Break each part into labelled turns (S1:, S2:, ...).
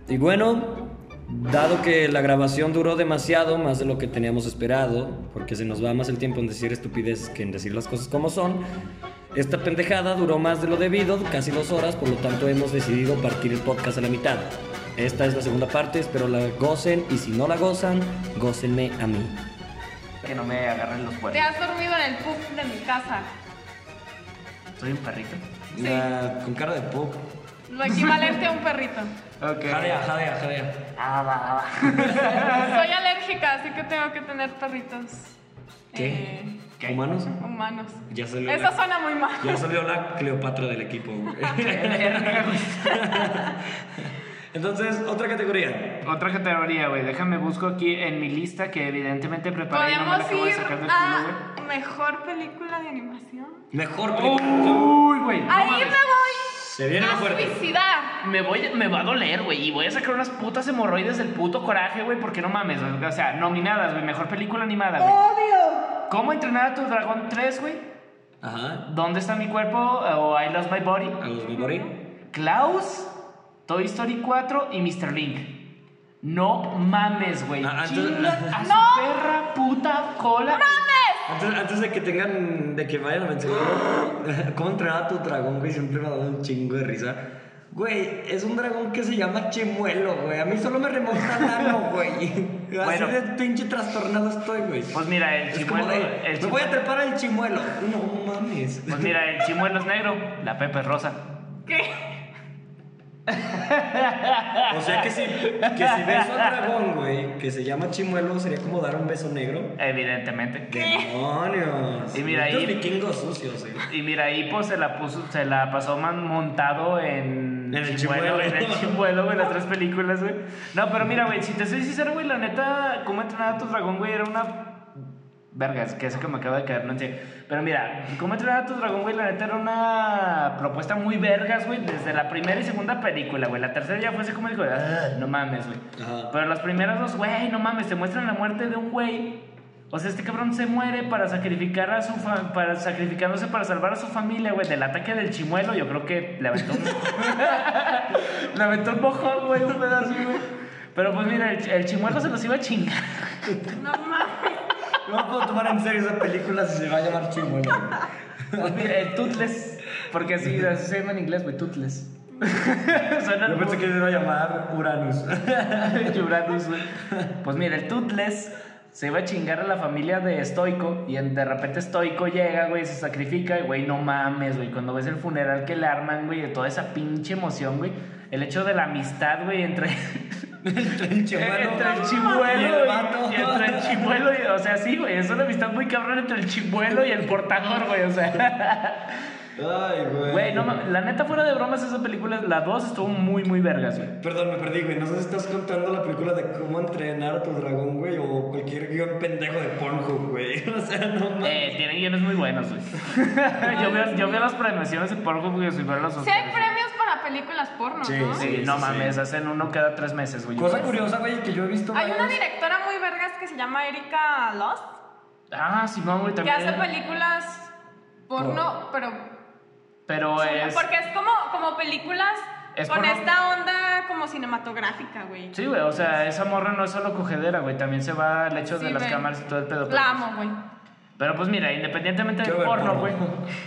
S1: Y bueno, dado que la grabación duró demasiado, más de lo que teníamos esperado, porque se nos va más el tiempo en decir estupideces que en decir las cosas como son, esta pendejada duró más de lo debido, casi 2 horas, por lo tanto hemos decidido partir el podcast a la mitad. Esta es la segunda parte, espero la gocen, y si no la gozan, gócenme a mí.
S2: Que no me agarren los
S3: Te
S2: cuernos.
S3: has dormido en el pub de mi casa.
S2: Soy un perrito.
S3: Sí.
S1: Con cara de pop.
S3: Lo equivalente a un perrito.
S2: Ok.
S1: Jadea.
S2: Va.
S3: Soy alérgica, así que tengo que tener perritos.
S1: ¿Qué?
S2: ¿Qué?
S1: ¿Humanos?
S3: Humanos.
S1: Ya salió
S3: Eso
S1: la-
S3: suena muy mal.
S1: Ya salió la Cleopatra del equipo, güey. Entonces, otra categoría.
S2: Otra categoría, güey. Déjame busco aquí en mi lista que evidentemente preparé y no me la
S3: Podemos
S2: acabo de
S3: ir
S2: sacar del culo, güey.
S3: a mejor película de animación.
S1: Mejor película.
S2: Uy, güey. no
S3: Ahí
S2: mames.
S3: me voy
S1: Se viene la
S3: a
S1: fuerte.
S3: suicidar.
S2: Me va a doler, güey. Y voy a sacar unas putas hemorroides del puto coraje, güey. Porque no mames. O sea, nominadas, güey. Mejor película animada, güey.
S3: ¡Odio!
S2: ¿Cómo entrenar a tu dragón 3, güey?
S1: Ajá.
S2: ¿Dónde está mi cuerpo? O I Lost My Body.
S1: A los me morí.
S2: Klaus, Toy Story 4 y Mr. Link. No mames, güey.
S1: Ah, entonces-
S2: Chinga a su
S3: ¡No!
S2: perra puta cola.
S1: Antes de que tengan, de que vayan a mencionar cómo entrenar a tu dragón, güey, siempre me ha dado un chingo de risa. Güey, es un dragón que se llama Chimuelo, güey. A mí solo me remonta al ano, güey.
S2: Bueno.
S1: Así de pinche trastornado estoy, güey.
S2: Pues mira, el
S1: Es como
S2: chimuelo.
S1: de, me voy a trepar al Chimuelo. No mames.
S2: Pues mira, el chimuelo es negro, la Pepe es rosa.
S3: ¿Qué?
S1: O sea que si beso al dragón, güey, que se llama Chimuelo, sería como dar un beso negro.
S2: Evidentemente.
S1: ¡Demonios!
S2: Y mira
S1: Estos
S2: ahí-
S1: vikingos sucios,
S2: Y mira, ahí pues se la pasó montado en
S1: el chimuelo.
S2: en el chimuelo, güey, las 3 películas, güey. No, pero mira, güey, si te soy sincero, güey, la neta, cómo entrenar a tu dragón, güey, era una vergas, que ese que me acaba de caer, no sé. Pero mira, cómo entrenar a tu dragón, güey, la neta era una propuesta muy vergas, güey, desde la primera y segunda película, güey. La tercera ya fue así como dijo, no mames, güey.
S1: Ajá.
S2: Pero las primeras 2, güey, no mames, te muestran la muerte de un güey. O sea, este cabrón se muere para sacrificar a su para sacrificándose para salvar a su familia, güey, del ataque del chimuelo. Yo creo que le aventó le aventó un mojón, güey, un pedazo, güey. Pero pues mira, el chimuelo se los iba a chingar.
S3: No mames.
S1: No puedo tomar en serio esa película si se va a llamar Chimuelo.
S2: Pues mira, el Toothless, porque así se llama en inglés, güey, Toothless. Suena
S1: Yo pensé que se iba a llamar Uranus.
S2: Uranus, güey. Pues mira, el Toothless se iba a chingar a la familia de Stoico y de repente Stoico llega, güey, se sacrifica y, güey, no mames, güey. Cuando ves el funeral que le arman, güey, de toda esa pinche emoción, güey. El hecho de la amistad, güey, entre
S1: El Chimuelo.
S2: entre el chimuelo
S1: y el vato.
S2: y entre el chimuelo y, o sea, sí, güey, es una amistad muy cabrón entre el chimuelo y el portador, güey, o sea.
S1: Ay, güey.
S2: Güey, no mames, la neta, fuera de bromas, esa película, la 2 estuvo muy, muy vergas, güey.
S1: Perdón, me perdí, güey. No sé si estás contando la película de cómo entrenar a tu dragón, güey, o cualquier guión pendejo de Pornhub, güey. O sea, no mames.
S2: Tienen guiones muy buenos, güey. yo veo las premiaciones de Pornhub, güey, si veo los
S3: Sí hay premios para películas porno,
S1: Sí,
S3: ¿no?
S2: Sí, no mames, hacen uno cada 3 meses, güey.
S1: Cosa curiosa, güey, que yo he visto.
S3: Hay una
S1: varios-
S3: directora muy vergas que se llama Erika Lost,
S2: Ah, sí, no, güey,
S3: que
S2: también.
S3: hace películas porno,
S2: Pero es.
S3: porque es como películas
S2: Es
S3: con
S2: porno.
S3: esta onda como cinematográfica, güey.
S2: Sí, güey, o sea, esa morra no es solo cogedera, güey, también se va al hecho
S3: Sí,
S2: de las
S3: güey.
S2: cámaras y todo el pedo.
S3: La amo, güey.
S2: Pero pues mira, independientemente
S1: Qué
S2: del
S1: buen
S2: porno,
S1: porno.
S2: güey.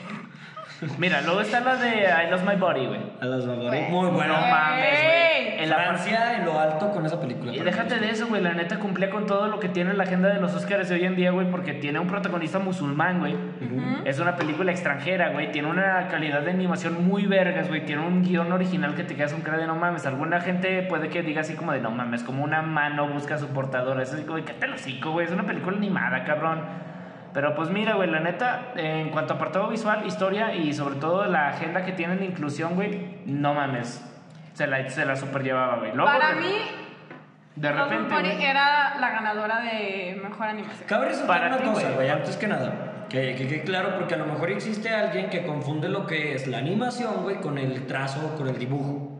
S2: Mira, luego está la de I Lost My Body, güey.
S1: A las
S3: Güey.
S1: Bavaria. Muy buena.
S2: No mames, güey. En la
S1: Francia en lo alto con esa película.
S2: Y déjate de eso, güey. La neta cumplía con todo lo que tiene la agenda de los Oscars de hoy en día, güey, porque tiene un protagonista musulmán, güey. Es una película extranjera, güey. Tiene una calidad de animación muy vergas, güey. Tiene un guión original que te quedas un cara de no mames. Alguna gente puede que diga así como de no mames, como una mano busca a su portador. Es así como de cállate el hocico, güey. Es una película animada, cabrón. Pero pues mira, güey, la neta, en cuanto a apartado visual, historia y sobre todo la agenda que tienen de inclusión, güey, no mames. Se la super llevaba, güey. Luego,
S3: Para mí,
S2: de
S3: Lost
S2: repente,
S3: Bunny
S2: güey,
S3: era la ganadora de mejor animación.
S1: Cabe resaltar
S2: Para
S1: una
S2: ti,
S1: cosa,
S2: güey.
S1: güey, antes que nada. Que quede claro, porque a lo mejor existe alguien que confunde lo que es la animación, güey, con el trazo, con el dibujo.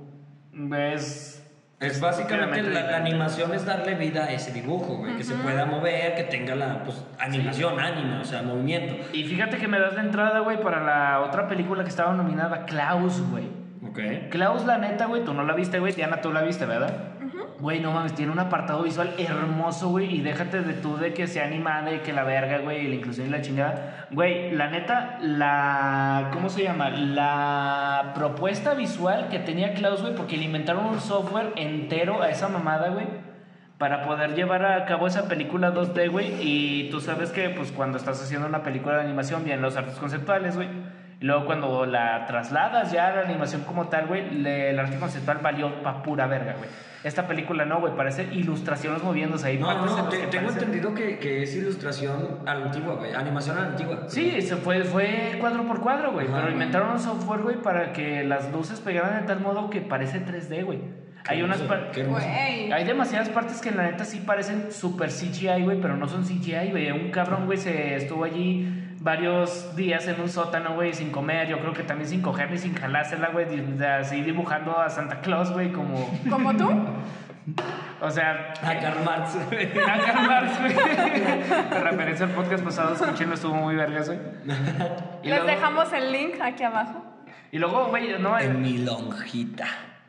S1: Es básicamente la animación es darle vida a ese dibujo, güey, que se pueda mover, que tenga la pues, animación, ánima, o sea, movimiento.
S2: Y fíjate que me das la entrada, güey, para la otra película que estaba nominada, Klaus, güey.
S1: Ok. Ok.
S2: Klaus, la neta, güey, tú no la viste, güey. Diana, tú la viste, ¿verdad? Güey, no mames, tiene un apartado visual hermoso, güey. Y déjate de tú de que sea animada y que la verga, güey, y la inclusión y la chingada. Güey, la neta, ¿cómo se llama? La propuesta visual que tenía Klaus, güey, porque le inventaron un software entero a esa mamada, güey, para poder llevar a cabo esa película 2D, güey. Y tú sabes que, pues, cuando estás haciendo una película de animación, vienen los artes conceptuales, güey. Y luego cuando la trasladas ya a la animación como tal, güey, el arte conceptual valió pa' pura verga, güey. Esta película no, güey, parece ilustraciones moviéndose ahí.
S1: No,
S2: partes en
S1: no,
S2: las que
S1: tengo
S2: parecen-
S1: entendido que es ilustración a la antigua, güey. Animación a la antigua.
S2: Sí, fue cuadro por cuadro, güey.
S1: Ajá.
S2: Pero inventaron un software, güey, para que las luces pegaran de tal modo que parece 3D, güey. Hay unas
S1: Qué hermoso.
S3: Güey.
S2: Hay demasiadas partes que la neta sí parecen super CGI, güey, pero no son CGI, güey. Un cabrón, güey, se estuvo allí varios días en un sótano, güey, sin comer. Yo creo que también sin coger ni sin jalársela, güey. Así dibujando a Santa Claus, güey, como...
S3: ¿Como tú?
S2: O sea...
S1: A Karl Marx.
S2: A Karl Marx, güey. De referencia al podcast pasado, escuchen, estuvo muy vergas, güey. Y
S3: Les
S2: luego-
S3: dejamos el link aquí abajo.
S2: Y luego, güey, no...
S1: En mi lonjita.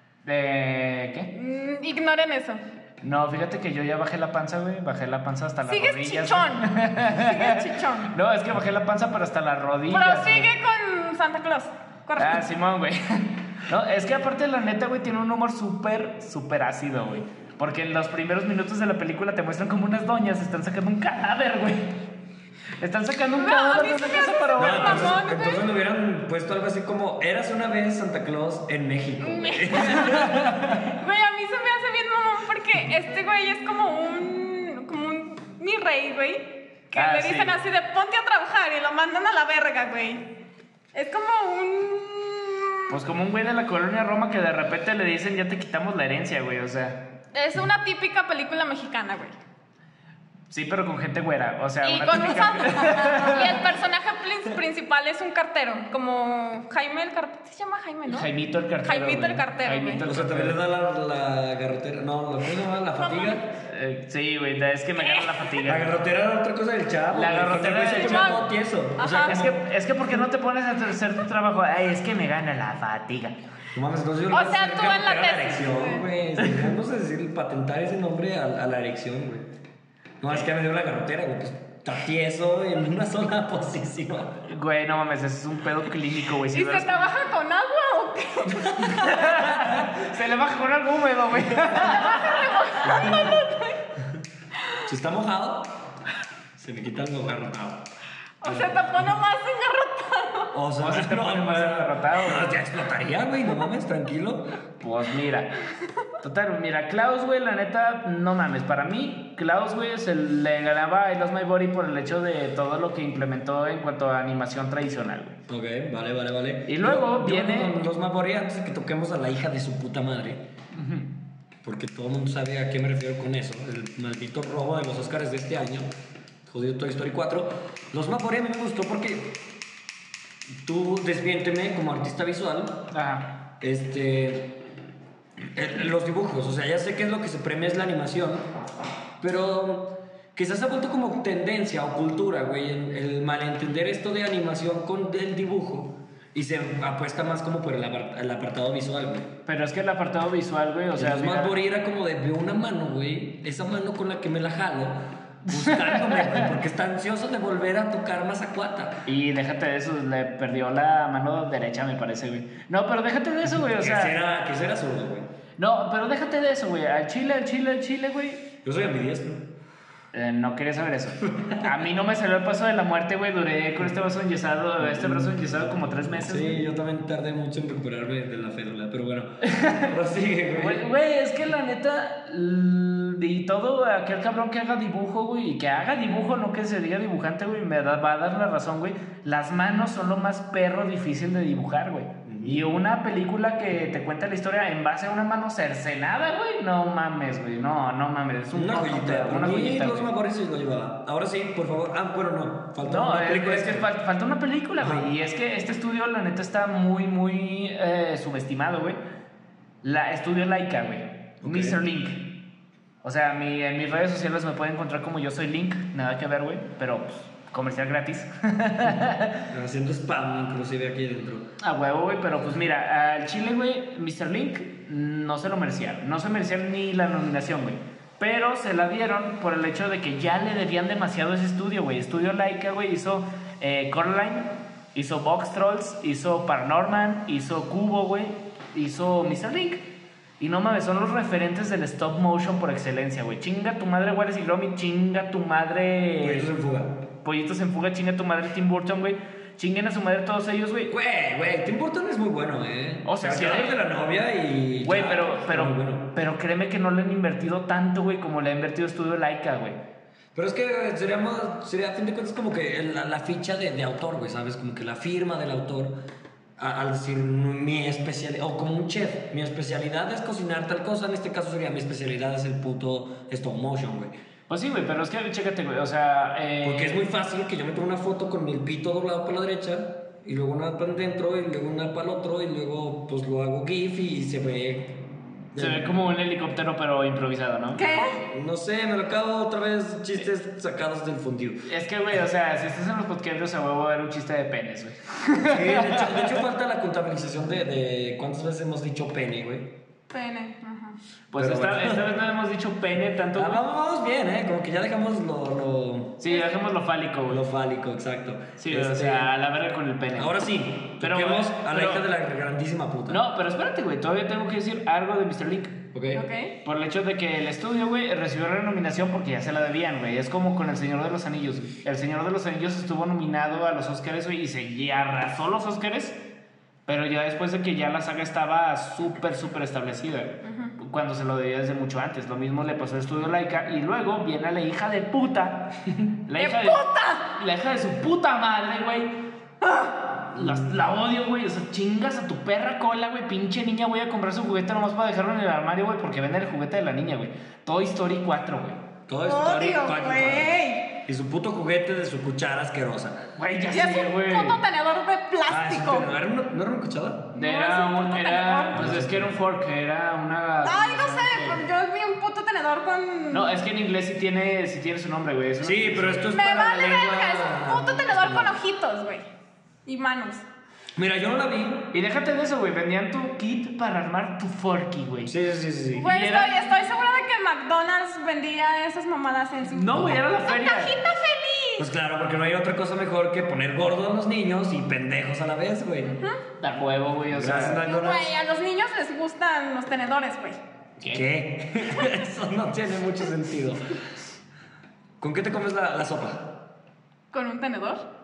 S2: ¿Qué?
S3: Ignoren eso.
S2: No, fíjate que yo ya bajé la panza, güey. Bajé la panza hasta las
S3: Sigues
S2: rodillas.
S3: chichón.
S2: güey.
S3: Sigues chichón.
S2: No, es que bajé la panza, pero hasta las rodillas. güey.
S3: Prosigue con Santa Claus. Correcto.
S2: Ah, Simón, güey. No, es que aparte la neta, güey, tiene un humor súper ácido, güey. Porque en los primeros minutos de la película te muestran como unas doñas están sacando un cadáver, güey. Están sacando un
S3: No, a
S2: cadáver
S3: mí
S2: de
S3: se
S2: una
S3: me
S2: casa
S3: hace
S2: para
S3: súper
S2: ver.
S3: mamón, güey.
S1: Entonces me hubieran puesto algo así como: eras una vez Santa Claus en México. güey.
S3: Güey, a mí se me hace bien mamón porque este güey es como un mi rey, güey. Que
S2: Ah,
S3: le
S2: sí.
S3: dicen así de ponte a trabajar y lo mandan a la verga, güey. Es como un...
S2: Pues como un güey de la colonia Roma que de repente le dicen ya te quitamos la herencia, güey, o sea.
S3: Es una típica película mexicana, güey.
S2: Sí, pero con gente güera, o sea,
S3: Y
S2: una
S3: con
S2: típica...
S3: y el personaje principal es un cartero, como Jaime el cartero. ¿Se llama Jaime, no?
S2: Jaimito el cartero.
S3: Jaimito el
S2: güey.
S3: cartero,
S2: Jaimito el
S1: O sea, también le
S2: cartero.
S1: da la garrotera. No, ¿cómo se llama? La fatiga.
S2: Sí, güey, es que me gana la fatiga.
S1: La garrotera era otra cosa del chavo.
S2: La
S1: güey.
S2: garrotera
S1: Ese güey
S2: del
S1: se
S3: chavo.
S1: ponía todo tieso. O sea,
S3: Ajá.
S2: Es que ¿por qué no te pones a hacer tu trabajo? Ay, es que me gana la fatiga.
S1: no mames, entonces yo
S3: O
S1: le voy a
S3: sea,
S1: hacer
S3: tú en la
S1: garrotera a
S3: tesis,
S1: erección, güey. Vamos a decir, patentar ese nombre a la erección, güey. No, es que me dio la garrotera, güey. Pues está tieso en una sola posición.
S2: Güey, no mames, ese es un pedo clínico, güey. Si
S3: ¿Y se
S2: ves-
S3: trabaja con agua o qué?
S2: Se le baja con algo húmedo, güey.
S1: Si está mojado, se me quita lo garrotado.
S3: O sea, te pone más engarrotado.
S1: O sea,
S2: O sea, te pone más agarrotado, güey.
S1: No, ya explotaría, güey. No mames, tranquilo.
S2: Pues mira. Total, mira, Klaus, güey, la neta, no mames. Para mí, Klaus, güey, le ganaba a I Lost My Body por el hecho de todo lo que implementó en cuanto a animación tradicional, güey.
S1: Ok, vale.
S2: Y luego viene-
S1: Con los Mapori antes de que toquemos a la hija de su puta madre. Porque todo el mundo sabe a qué me refiero con eso. El maldito robo de los Oscars de este año. Jodido Toy Story 4. Los Mapori a mí me gustó porque tú, desmiénteme como artista visual,
S2: Ajá.
S1: los dibujos, o sea, ya sé que es lo que se premia es la animación, pero quizás ha vuelto como tendencia o cultura, güey, el malentender esto de animación con el dibujo y se apuesta más como por el apartado visual, güey.
S2: Pero es que el apartado visual, güey, o sea,
S1: Los
S2: mira-
S1: Mapori era como de veo una mano, güey, esa mano con la que me la jalo, buscándome, güey, porque está ansioso de volver a tocar Mazacuata.
S2: Y déjate de eso, le perdió la mano derecha, me parece, güey. No, pero déjate de eso, güey, o sea...
S1: Que será zurdo, güey.
S2: No, pero déjate de eso, güey. Al chile, güey.
S1: Yo soy ambidiestro.
S2: No quería saber eso. A mí no me salió el paso de la muerte, güey. Duré con este brazo enyesado como 3 meses.
S1: Sí,
S2: güey.
S1: yo también tardé mucho en recuperarme de la fédula, pero bueno. Prosigue, güey.
S2: Güey, es que la neta, y todo aquel cabrón que haga dibujo, güey, y que haga dibujo, no que se diga dibujante, güey, va a dar la razón, güey. Las manos son lo más perro difícil de dibujar, güey. Y una película que te cuenta la historia en base a una mano cercenada, güey, no mames, güey, no mames. Es
S1: Una joyita.
S2: una joyita,
S1: los
S2: güey.
S1: Mapori sí lo llevaba. Ahora sí, por favor. Ah, bueno, no. Falta
S2: No,
S1: una película.
S2: es que falta una película,
S1: Ajá.
S2: güey. Y es que este estudio, la neta, está muy subestimado, güey. La estudio Laika, güey.
S1: Ok.
S2: Mr. Link. O sea, en mis redes sociales me pueden encontrar como yo soy Link. Nada que ver, güey. Pero, pues, Comercial gratis.
S1: Haciendo spam, inclusive aquí dentro.
S2: A huevo, güey, pero pues mira, al Chile, güey, Mr. Link no se lo merecía. No se merecía ni la nominación, güey. Pero se la dieron por el hecho de que ya le debían demasiado a ese estudio, güey. Estudio Laika, güey, hizo Coraline, hizo Box Trolls, hizo Paranorman, hizo Kubo, güey, hizo Mr. Link. Y no mames, son los referentes del stop motion por excelencia, güey. Chinga tu madre, Wallace y Gromit, chinga tu madre...
S1: Pollitos en fuga.
S2: Pollitos en fuga, chinga tu madre Tim Burton, güey. Chinguen a su madre todos ellos, güey.
S1: Güey, Tim Burton es muy bueno,
S2: O sea,
S1: se
S2: sí,
S1: acaba de la novia y...
S2: Güey,
S1: ya, muy bueno.
S2: pero créeme que no le han invertido tanto, güey, como le ha invertido Estudio Laika, güey.
S1: Pero es que sería a fin de cuentas como que la ficha de autor, güey, ¿sabes? Como que la firma del autor al decir mi especialidad, o como un chef, mi especialidad es cocinar tal cosa, en este caso sería mi especialidad es el puto stop motion, güey.
S2: Pues sí, güey, pero es que chécate, güey, o sea...
S1: Porque es muy fácil que yo me tome una foto con mi pito doblado para la derecha y luego una para dentro y luego una para el otro y luego pues lo hago GIF y se ve...
S2: Se ve como un helicóptero pero improvisado, ¿no?
S3: ¿Qué?
S1: No sé, me lo acabo otra vez chistes sacados del fundido.
S2: Es que, güey, o sea, si estás en los podcasts a huevo va a haber un chiste de penes, güey.
S1: Sí, de hecho falta la contabilización de cuántas veces hemos dicho pene, güey.
S3: Pene, ajá.
S2: Pues
S1: Pero
S2: esta
S1: bueno.
S2: vez no hemos dicho pene tanto, güey.
S1: Vamos bien, como que ya dejamos
S2: Sí, dejemos lo fálico, güey.
S1: lo fálico, exacto.
S2: Sí, o sea, a la verga con el pene.
S1: Ahora sí,
S2: Pero,
S1: toquemos a la
S2: pero-
S1: hija de la grandísima puta.
S2: No, pero espérate, güey, todavía tengo que decir algo de Mr. Link.
S1: ¿Ok?
S3: Ok.
S2: Por el hecho de que el estudio, güey, recibió la nominación porque ya se la debían, güey. Es como con El Señor de los Anillos, güey. El Señor de los Anillos estuvo nominado a los Oscars, güey, y arrasó los Oscars, pero ya después de que ya la saga estaba súper establecida, cuando se lo debía desde mucho antes. Lo mismo le pasó al estudio Laika, y luego viene la hija de puta. La hija la hija de su puta madre, güey. La odio, güey. O sea, chingas a tu perra cola, güey. Pinche niña, voy a comprar su juguete nomás para dejarlo en el armario, güey, porque venden el juguete de la niña, güey. Toy Story 4, güey.
S1: Todo esto
S3: Odio, güey.
S1: y su puto juguete de su cuchara asquerosa.
S2: Güey, ya
S3: Y es
S2: sé,
S3: un
S2: güey.
S3: puto tenedor de
S1: Ah,
S3: plástico.
S1: ¿no era una cuchara?
S3: No, es un puto
S2: Pues
S3: tenedor.
S2: es que era un fork, era una...
S3: Ay, no sé, pero yo vi un puto tenedor con...
S2: No, es que en inglés sí tiene su nombre, güey. Es una-
S1: Sí, pero esto es
S3: Me
S1: para la
S3: vale
S1: lengua
S3: verga, es un puto tenedor con ojitos, güey. Y manos.
S1: Mira, yo no la vi.
S2: Y déjate de eso, güey. Vendían tu kit para armar tu forky, güey.
S1: Sí.
S3: Güey,
S2: Y era-
S3: estoy segura de que McDonald's vendía esas mamadas en su...
S2: No, güey, era la
S3: ¡Una
S2: feria.
S3: cajita feliz!
S1: Pues claro, porque no hay otra cosa mejor que poner gordos a los niños y pendejos a la vez, güey.
S2: Da huevo, güey. O
S1: Gracias,
S2: sea,
S1: McDonald's.
S3: Güey, a los niños les gustan los tenedores, güey.
S1: ¿Qué? Eso no tiene mucho sentido. ¿Con qué te comes la sopa?
S3: ¿Con un tenedor?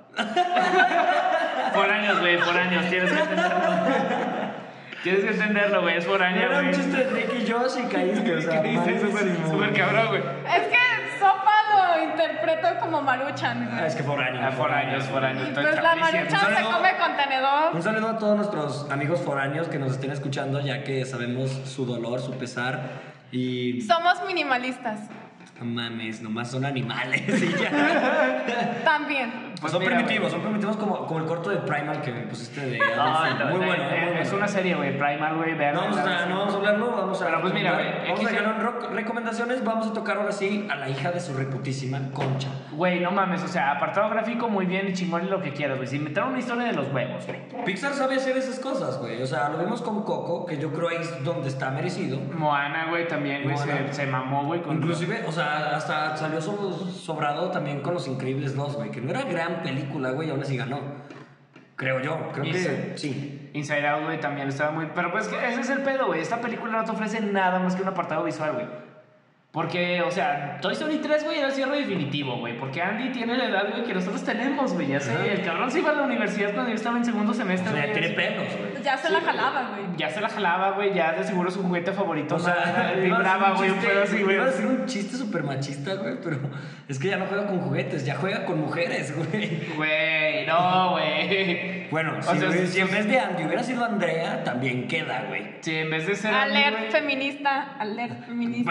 S2: por años, güey, por años. Tienes que entenderlo. Tienes que entenderlo, güey. Es por años,
S1: Era un
S2: güey.
S1: chiste de Drake y Josh y caíste, o sea,
S2: Sí,
S1: malísimo.
S2: súper cabrón, güey.
S3: Es que sopa lo interpreto como maruchan,
S1: Ah,
S3: güey.
S1: es que por años.
S2: Ah, por años.
S3: Y
S2: Estoy
S3: pues la
S2: chapísimo.
S3: maruchan se come con tenedor.
S1: Un saludo a todos nuestros amigos foráneos que nos estén escuchando, ya que sabemos su dolor, su pesar y...
S3: Somos minimalistas.
S1: No mames, nomás son animales y ya.
S3: También.
S2: Pues
S1: son
S2: mira,
S1: primitivos como el corto de Primal que me pusiste de...
S2: Ah,
S1: muy bueno, muy
S2: es
S1: bueno.
S2: una serie, güey. Primal, güey. Vean.
S1: No vamos a hablarlo, vamos a...
S2: Pero pues mira, güey,
S1: vamos a
S2: X-
S1: dejar recomendaciones, vamos a tocar ahora sí a la hija de su reputísima Concha.
S2: Güey, no mames, o sea, apartado gráfico muy bien y chingón y lo que quieras, güey. Si inventaron una historia de los huevos, güey.
S1: Pixar sabe hacer esas cosas, güey. O sea, lo vimos con Coco, que yo creo ahí es donde está merecido.
S2: Moana, güey, también, güey,
S1: Moana.
S2: se mamó, güey. Con...
S1: Inclusive, o sea, hasta salió sobrado también con Los Increíbles 2, güey. Que no era gran película, güey, y aún así ganó. Creo yo, creo que sí.
S2: Inside Out, güey, también estaba muy... Pero pues que ese es el pedo, güey. Esta película no te ofrece nada más que un apartado visual, güey. Porque, o sea, Toy Story 3, güey, era el cierre definitivo, güey. Porque Andy tiene la edad, güey, que nosotros tenemos, güey. Ya sé,
S1: Ajá.
S2: el cabrón se iba a la universidad cuando yo estaba en segundo semestre,
S1: O sea,
S2: güey.
S1: tiene
S2: así.
S1: pelos, güey.
S3: Ya se la jalaba, güey.
S2: Ya se la jalaba, güey. Ya de seguro su juguete favorito.
S1: O sea,
S2: vibraba, güey, un pedo así, güey.
S1: Iba a decir un chiste súper machista, güey, pero es que ya no juega con juguetes, ya juega con mujeres, güey.
S2: Güey, no, güey.
S1: Bueno,
S2: O
S1: si,
S2: sea,
S1: si en vez de Andy hubiera sido Andrea, también queda, güey.
S2: Sí, en vez de ser Andy,
S3: Alert
S2: güey,
S3: feminista, alert feminista.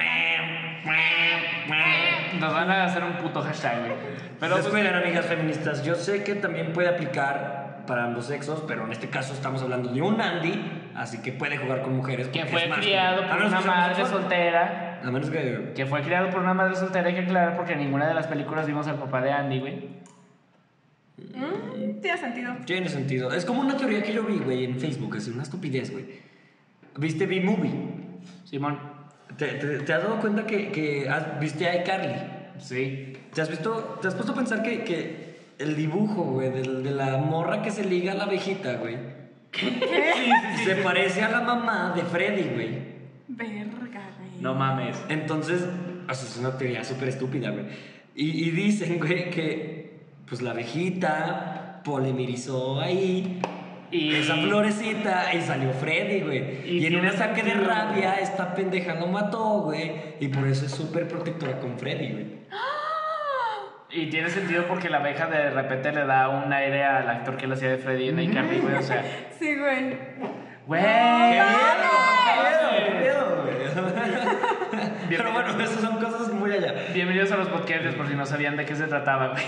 S2: nos van a hacer un puto hashtag, güey. Pero pues,
S1: Descuiden, amigas feministas. Yo sé que también puede aplicar para ambos sexos, pero en este caso estamos hablando de un Andy, así que puede jugar con mujeres.
S2: que
S1: porque
S2: fue
S1: es más-
S2: criado
S1: a
S2: por
S1: menos
S2: una
S1: que sea
S2: madre
S1: homosexual.
S2: soltera.
S1: A menos que...
S2: Que fue criado por una madre soltera, hay que aclarar, porque en ninguna de las películas vimos al papá de Andy, güey.
S3: Tiene sentido.
S1: Tiene sentido. Es como una teoría que yo vi, güey, en Facebook. Es una estupidez, güey. ¿Viste B-Movie?
S2: Simón.
S1: ¿Te has dado cuenta que viste a iCarly?
S2: Sí.
S1: ¿Te has puesto a pensar que el dibujo, güey, de la morra que se liga a la abejita, güey? Se parece a la mamá de Freddy, güey.
S3: Verga, güey.
S2: No mames.
S1: Entonces, o sea, es una teoría súper estúpida, güey. Y dicen, güey, que pues la abejita polimerizó ahí
S2: Y
S1: esa florecita y salió Freddy, güey. Y en un
S2: tiene
S1: ataque de
S2: sentido,
S1: rabia, esta pendeja lo mató, güey. Y por eso es súper protectora con Freddy, güey.
S2: Y tiene sentido porque la abeja de repente le da un aire al actor que le hacía de Freddy en iCarly, güey. O sea,
S3: Sí, güey.
S2: güey.
S1: ¡Qué pedo, güey! Pero bueno, esas son cosas muy allá.
S2: Bienvenidos a los podcasts por si no sabían de qué se trataba, güey.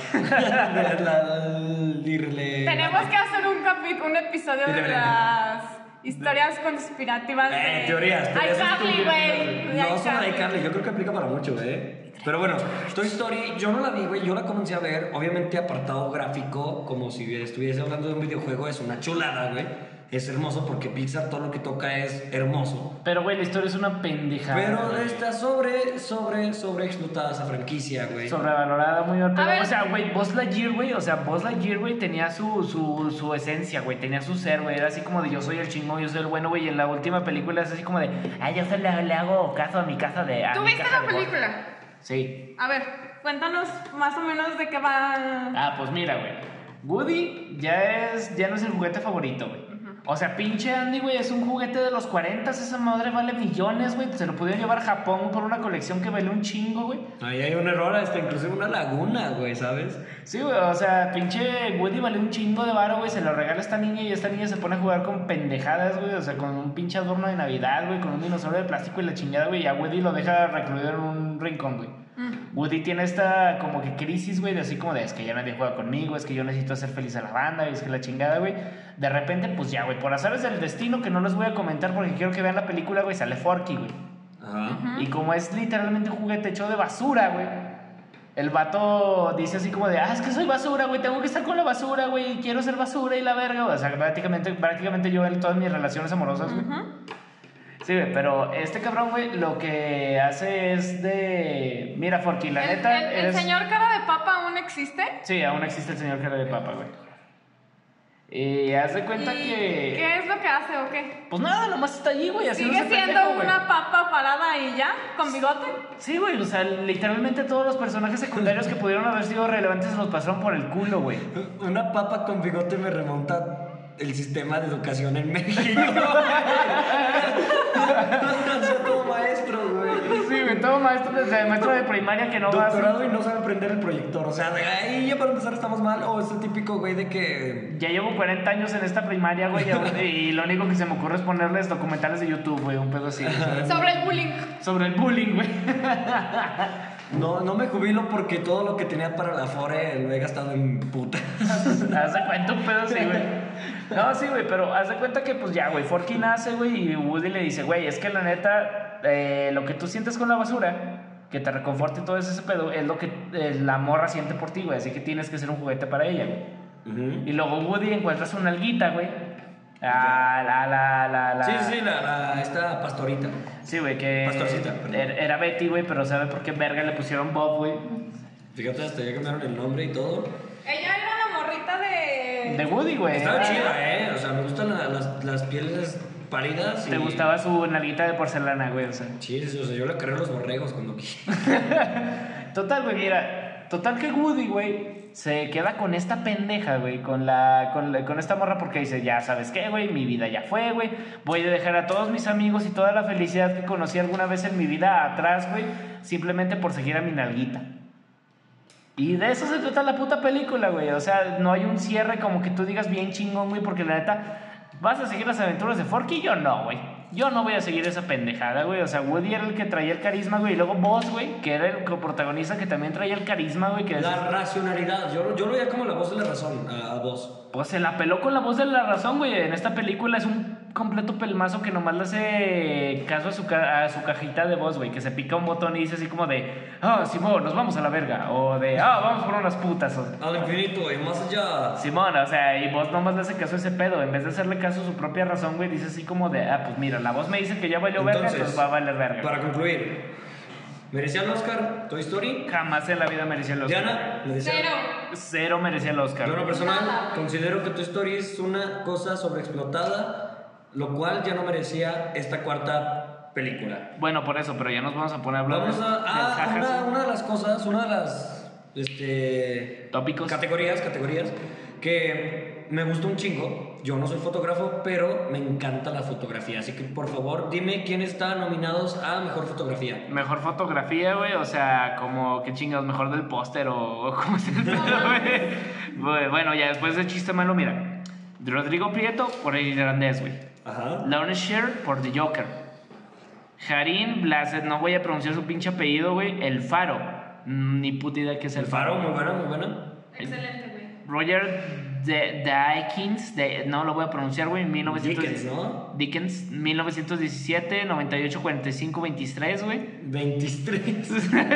S3: Tenemos que hacer un episodio de las historias conspirativas de
S1: teorías
S3: iCarly, güey.
S1: No solo de iCarly, yo creo que aplica para mucho, Pero bueno, Toy Story, yo no la vi, güey, yo la comencé a ver, obviamente apartado gráfico, como si estuviese hablando de un videojuego, es una chulada, güey. Es hermoso porque Pixar todo lo que toca es hermoso.
S2: Pero, güey, la historia es una pendejada.
S1: Pero
S2: güey.
S1: está sobre explotada esa franquicia, güey.
S2: Sobrevalorada, muy mal.
S3: A ver.
S2: O sea, güey, Buzz Lightyear, güey. O sea, Buzz Lightyear, güey, tenía su esencia, güey. Tenía su ser, güey. Era así como de yo soy el chingón, yo soy el bueno, güey. Y en la última película es así como de, yo le hago caso a mi casa de.
S3: ¿Tú
S2: mi
S3: viste
S2: casa
S3: la
S2: de Buzz".
S3: película?
S2: Sí.
S3: A ver, cuéntanos más o menos de qué va.
S2: Pues mira, güey. Woody ya no es el juguete favorito, güey. O sea, pinche Andy, güey, es un juguete de los 40, esa madre vale millones, güey. Se lo pudieron llevar a Japón por una colección que vale un chingo, güey.
S1: Ahí hay un error, hasta inclusive una laguna, güey, ¿sabes?
S2: Sí, güey, o sea, pinche Woody vale un chingo de varo, güey. Se lo regala a esta niña y esta niña se pone a jugar con pendejadas, güey. O sea, con un pinche adorno de Navidad, güey, con un dinosaurio de plástico y la chingada, güey. Y a Woody lo deja recluido en un rincón, güey. Woody tiene esta como que crisis, güey, de así como de es que ya nadie juega conmigo, es que yo necesito hacer feliz a la banda, es que la chingada, güey. De repente, pues ya, güey, por azares del destino, que no les voy a comentar porque quiero que vean la película, güey, sale Forky, güey.
S1: Ajá.
S2: Y como es literalmente un juguete hecho de basura, güey. El vato dice así como de, es que soy basura, güey, tengo que estar con la basura, güey, quiero ser basura y la verga, güey. O sea, prácticamente yo en todas mis relaciones amorosas, güey. Sí, güey, pero este cabrón, güey, lo que hace es de... Mira, Forky, la neta...
S3: ¿El señor cara de papa aún existe?
S2: Sí, aún existe el señor cara de papa, güey. Y haz de cuenta que...
S3: ¿Qué es lo que hace o qué?
S2: Pues nada, nomás está allí, güey, haciendo
S3: ¿Sigue siendo una papa parada y ya? ¿Con bigote?
S2: Sí, güey, o sea, literalmente todos los personajes secundarios que pudieron haber sido relevantes se los pasaron por el culo, güey.
S1: Una papa con bigote me remonta el sistema de educación en México. O sea, todo maestro, güey.
S2: Sí, güey, todo maestro de primaria que no va a
S1: Doctorado y no sabe prender el proyector. O sea, de ahí ya para empezar estamos mal. O es el típico güey de que...
S2: Ya llevo 40 años en esta primaria, güey, y lo único que se me ocurre es ponerles documentales de YouTube, güey, un pedo así. ¿sabes?
S3: Sobre el bullying.
S2: Sobre el bullying, güey.
S1: No me jubilo porque todo lo que tenía para la Fore lo he gastado en puta.
S2: Haz de cuenta un pedo así, güey. No, sí, güey, pero haz de cuenta que, pues ya, güey, Forky nace, güey, y Woody le dice, güey, es que la neta, lo que tú sientes con la basura, que te reconforte todo ese pedo, es lo que la morra siente por ti, güey, así que tienes que ser un juguete para ella, güey. Y luego Woody encuentra su nalguita, güey.
S1: Sí, esta pastorita.
S2: Sí, güey, que...
S1: Pastorcita, perdón.
S2: Era Betty, güey, pero ¿sabe por qué verga le pusieron Bob, güey?
S1: Fíjate, hasta ya cambiaron el nombre y todo.
S3: Ella era la morrita de...
S2: De Woody, güey.
S1: Estaba chida, O sea, me gustan las pieles pálidas.
S2: ¿Te gustaba su nalguita de porcelana, güey? O sea.
S1: Sí, o sea, yo le carré los borregos cuando quise.
S2: Total, güey, mira. Total que Woody, güey, se queda con esta pendeja, güey, con esta morra porque dice, ya sabes qué, güey, mi vida ya fue, güey. Voy a dejar a todos mis amigos y toda la felicidad que conocí alguna vez en mi vida atrás, güey, simplemente por seguir a mi nalguita. Y de eso se trata la puta película, güey. O sea, no hay un cierre como que tú digas bien chingón, güey, porque la neta, ¿vas a seguir las aventuras de Forky? Yo no, güey. Yo no voy a seguir esa pendejada, güey. O sea, Woody era el que traía el carisma, güey. Y luego Buzz, güey, que era el coprotagonista que también traía el carisma, güey. Que
S1: La racionalidad. Yo lo veía como la voz de la razón a Buzz.
S2: Pues se la peló con la voz de la razón, güey. En esta película es un completo pelmazo que nomás le hace caso a su cajita de voz, güey, que se pica un botón y dice así como de, Simón, nos vamos a la verga, o de, vamos por unas putas,
S1: Al infinito y más allá.
S2: Simón, o sea, y vos nomás le hace caso a ese pedo, en vez de hacerle caso a su propia razón, güey, dice así como de, pues mira, la voz me dice que ya valió verga, entonces va a valer verga.
S1: Para concluir, ¿merecía el Oscar Toy Story?
S2: Jamás en la vida merecía el Oscar.
S1: Diana, ¿merecía?
S2: Cero merecía el Oscar.
S1: Yo en lo personal
S3: Nada.
S1: considero que Toy Story es una cosa sobreexplotada, lo cual ya no merecía esta cuarta película.
S2: Bueno, por eso, pero ya nos vamos a poner a hablar
S1: Vamos
S2: del
S1: a
S2: jajas.
S1: una de las cosas, una de las
S2: Tópicos.
S1: categorías que me gustó un chingo. Yo no soy fotógrafo, pero me encanta la fotografía. Así que por favor, dime quién está nominados a mejor fotografía.
S2: Mejor fotografía, güey, o sea, como, qué chingados, mejor del póster o cómo se llama, güey. Bueno, ya después de chiste malo, mira. Rodrigo Prieto por El Irlandés, güey.
S1: Ajá.
S2: Lawrence Sher por The Joker. Harim Blasset, no voy a pronunciar su pinche apellido, güey. El Faro. Ni puta idea qué es
S1: El Faro, muy buena, muy buena.
S3: Excelente, güey.
S2: Roger Dickens, no lo voy a pronunciar, güey.
S1: Dickens, ¿no?
S2: Dickens, 1917, 98, 45, 23, güey.
S1: 23.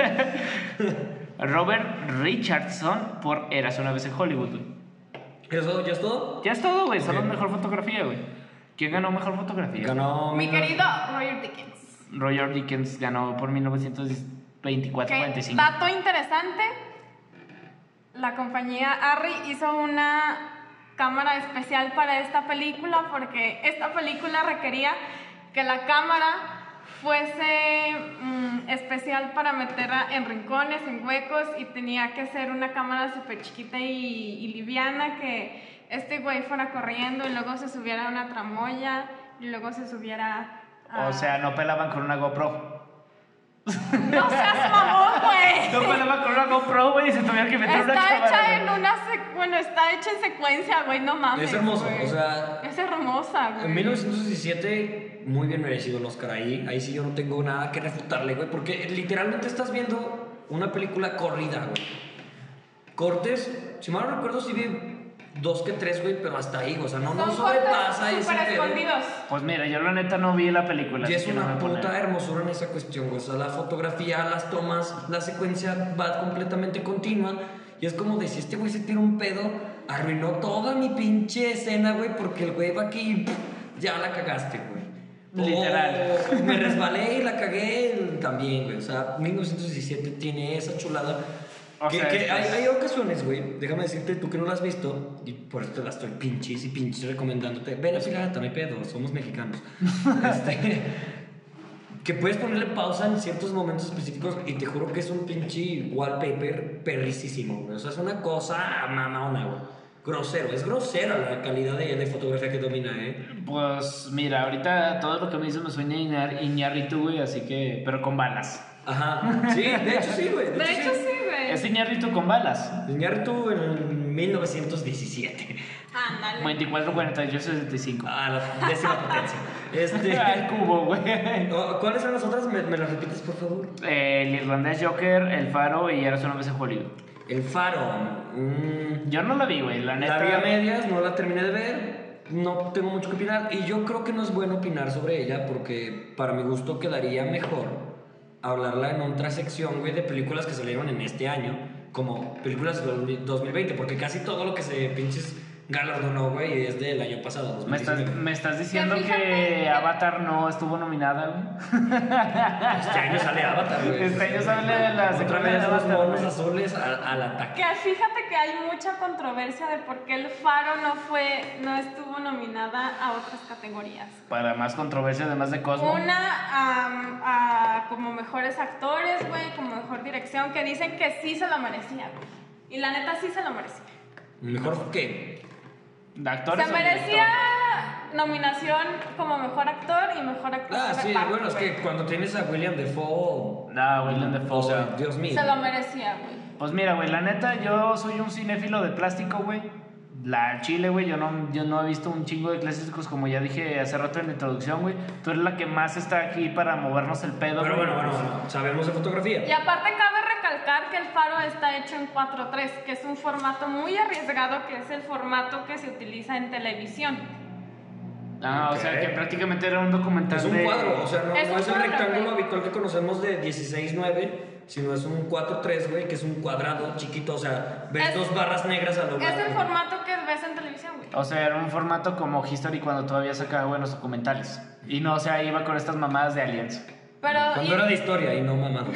S2: Robert Richardson por Eras una vez en Hollywood, güey.
S1: ¿Eso ya es todo?
S2: Ya es todo, güey. Solo
S1: Ok.
S2: mejor fotografía, güey. ¿Quién ganó mejor fotografía?
S1: Ganó.
S3: Mi querido Roger Dickens.
S2: Roger Dickens ganó por 1924,
S3: Que,
S2: 45.
S3: dato interesante, la compañía Arri hizo una cámara especial para esta película porque esta película requería que la cámara fuese especial para meterla en rincones, en huecos, y tenía que ser una cámara súper chiquita y liviana, que este güey fuera corriendo y luego se subiera a una tramoya y luego se subiera a...
S2: O sea, no pelaban con una GoPro.
S3: ¡No seas mamón, güey!
S2: No pelaban con una GoPro, güey, y se tuvieron que meter una
S3: Está
S2: cámara.
S3: hecha en
S2: güey.
S3: una bueno, está hecha en secuencia, güey, no mames.
S1: Es hermoso,
S3: güey.
S1: o sea.
S3: Es hermosa, güey.
S1: En 1917, muy bien merecido el Oscar ahí. Ahí sí yo no tengo nada que refutarle, güey. Porque literalmente estás viendo una película corrida, güey. Cortes, si mal no recuerdo, sí vi 2 que 3, güey, pero hasta ahí, o sea, no
S3: Son
S1: sobrepasa
S3: cortes
S1: ese
S3: súper
S1: pedo.
S3: escondidos.
S2: Pues mira, yo la neta no vi la película.
S1: Y
S2: así
S1: es
S2: que no
S1: una
S2: me pone-
S1: puta hermosura en esa cuestión, güey. O sea, la fotografía, las tomas, la secuencia va completamente continua. Y es como de si este güey se tira un pedo, arruinó toda mi pinche escena, güey, porque el güey va aquí y ¡pum! Ya la cagaste, güey.
S2: Literal.
S1: O me resbalé y la cagué también, güey. O sea, 1917 tiene esa chulada.
S2: O
S1: Que,
S2: sea,
S1: que
S2: es-
S1: hay ocasiones, güey, déjame decirte, tú que no la has visto, y por eso te la estoy pinches y pinches recomendándote. Ven a Pirata, no hay pedo, somos mexicanos. Que puedes ponerle pausa en ciertos momentos específicos y te juro que es un pinche wallpaper perricísimo, güey. O sea, es una cosa mamona, güey. Grosero, es grosera la calidad de fotografía que domina,
S2: Pues mira, ahorita todo lo que me dices me sueña Iñárritu, güey, así que. Pero con balas.
S1: Ajá, sí, de hecho sí, güey.
S3: De hecho, sí, güey.
S2: Es Iñárritu con balas.
S1: Iñárritu en 1917.
S3: Ándale.
S2: 24, 48, 65.
S1: A la 10ª potencia.
S2: Al cubo, güey.
S1: ¿Cuáles son las otras? ¿Me las repites, por favor?
S2: El Irlandés Joker, El Faro y Eras una vez en Hollywood.
S1: El Faro.
S2: Yo no la vi, güey, la neta.
S1: La vi a medias, no la terminé de ver. No tengo mucho que opinar. Y yo creo que no es bueno opinar sobre ella porque para mi gusto quedaría mejor hablarla en otra sección, güey, de películas que salieron en este año, como películas de 2020, porque casi todo lo que se pinches galardonó, güey, es del año pasado,
S2: ¿Me
S1: 2019.
S2: estás diciendo
S3: Que fíjate
S2: que
S3: que-
S2: Avatar no estuvo nominada, güey?
S1: Este año sale Avatar, güey.
S2: Este año sale de la
S1: Otra
S2: secuela
S1: vez
S2: de
S1: los
S2: Avatar,
S1: monos
S2: güey.
S1: azules al ataque.
S3: Que fíjate que hay mucha controversia de por qué el Faro no estuvo nominada a otras categorías.
S2: Para más controversia, además de Cosmo.
S3: Una como mejores actores, güey, como mejor dirección, que dicen que sí se lo merecía, güey. Y la neta sí se lo merecía.
S1: ¿Mejor qué?
S2: ¿De actores
S3: Se
S2: o
S3: merecía
S2: director?
S3: nominación como mejor actor y mejor actor.
S1: Ah,
S3: de
S1: sí,
S3: reparto,
S1: bueno, es
S3: güey.
S1: que cuando tienes a William Defoe...
S2: No, William Dafoe.
S1: O sea, Dios mío.
S3: Se lo merecía, güey.
S2: Pues mira, güey, la neta, yo soy un cinéfilo de plástico, güey. La chile, güey, yo no he visto un chingo de clásicos, como ya dije hace rato en la introducción, güey. Tú eres la que más está aquí para movernos el pedo,
S1: Pero
S2: güey.
S1: bueno, sabemos de fotografía.
S3: Y aparte cabe recalcar que el Faro está hecho en 4:3, que es un formato muy arriesgado, que es el formato que se utiliza en televisión.
S2: Ah, o sea,
S1: Ok.
S2: que prácticamente era un documental
S1: Es un
S2: de...
S1: cuadro, o sea, no
S3: Es
S1: no
S3: un
S1: es el
S3: cuadro,
S1: rectángulo
S3: güey.
S1: habitual que conocemos de 16:9, sino es un 4:3, güey, que es un cuadrado chiquito, o sea, ves
S3: Es-
S1: dos barras negras a lo
S3: Es
S1: largo.
S3: el formato que ves en televisión, güey.
S2: O sea, era un formato como History cuando todavía sacaba buenos documentales. Y no, o sea, iba con estas mamadas de aliens.
S3: Pero,
S1: Cuando era de historia y no mamado.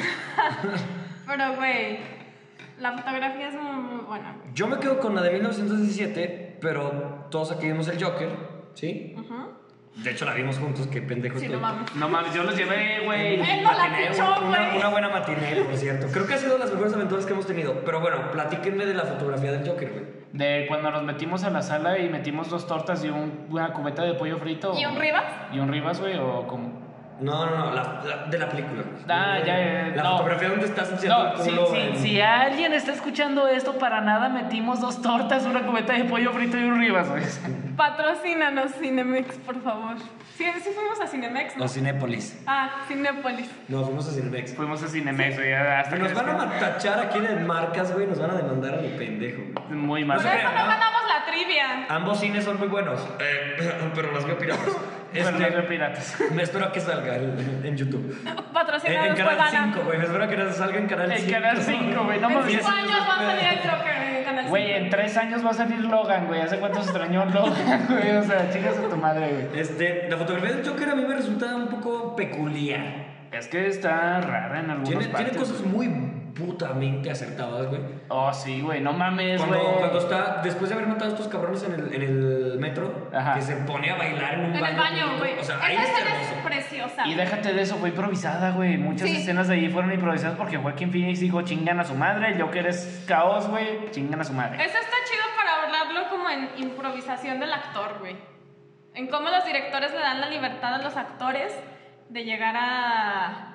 S3: pero, güey, la fotografía es muy, muy buena, güey.
S1: Yo me quedo con la de 1917, pero todos aquí vimos el Joker, ¿sí?
S3: Ujú.
S1: De hecho, la vimos juntos, qué pendejo
S3: Sí,
S1: estoy.
S3: no mames.
S2: No mames, yo los llevé, güey.
S3: Él no la
S1: Matiné,
S3: fichó,
S1: una
S3: güey.
S1: buena matiné, por cierto. Creo que ha sido de las mejores aventuras que hemos tenido. Pero bueno, platíquenme de la fotografía del Joker, güey.
S2: De cuando nos metimos a la sala y metimos 2 tortas y una cubeta de pollo frito.
S3: ¿Y un Rivas?
S2: ¿Y un Rivas, güey? ¿O cómo?
S1: No, de la película.
S2: Ah, ya,
S1: La
S2: no.
S1: fotografía donde estás enseñando
S2: No,
S1: el culo.
S2: si alguien está escuchando esto, para nada metimos 2 tortas, una cubeta de pollo frito y un Rivas, güey.
S3: Patrocínanos, Cinemex, por favor. Sí, sí fuimos a Cinemex, ¿no?
S1: O Cinépolis.
S3: Ah, Cinépolis.
S1: No, fuimos a Cinemex.
S2: Fuimos a Cinemex, güey. Hasta
S1: Nos
S2: que
S1: van a tachar aquí de marcas, güey. Nos van a demandar a lo pendejo, güey.
S2: Muy mal.
S3: Por
S1: No sé.
S3: eso no ganamos la trivia.
S1: Ambos cines son muy buenos, pero las veo piratas.
S2: Bueno, los de piratas.
S1: Me espero a que salga en YouTube.
S3: Patrocínanos,
S1: En Canal
S3: Cuevana.
S1: 5, güey. Me espero a que salga en Canal 5.
S2: En Canal 5, güey. No
S3: En
S2: mames.
S3: 5 años va a salir el Joker en Canal 5.
S2: Güey, en 3 años va a salir Logan, güey. ¿Hace cuánto se extrañó Logan, güey? O sea, chicas a tu madre, güey.
S1: La fotografía del Joker a mí me resulta un poco peculiar.
S2: Es que está rara en algunos
S1: Tiene
S2: partes.
S1: cosas muy putamente acertadas, güey.
S2: Oh, sí, güey. No mames, güey.
S1: Cuando está, después de haber matado a estos cabrones en el metro,
S2: Ajá.
S1: que se pone a bailar en un
S3: En
S1: baño.
S3: el baño,
S1: público.
S3: güey.
S1: O sea,
S3: Esa
S1: ahí está
S3: escena
S1: hermoso.
S3: es preciosa.
S2: Y déjate de eso, fue improvisada, güey. Muchas
S3: Sí.
S2: escenas de ahí fueron improvisadas porque Joaquín Phoenix dijo chingan a su madre. El Joker es caos, güey. Chingan a su madre.
S3: Eso está chido para hablarlo como en improvisación del actor, güey. En cómo los directores le dan la libertad a los actores de llegar a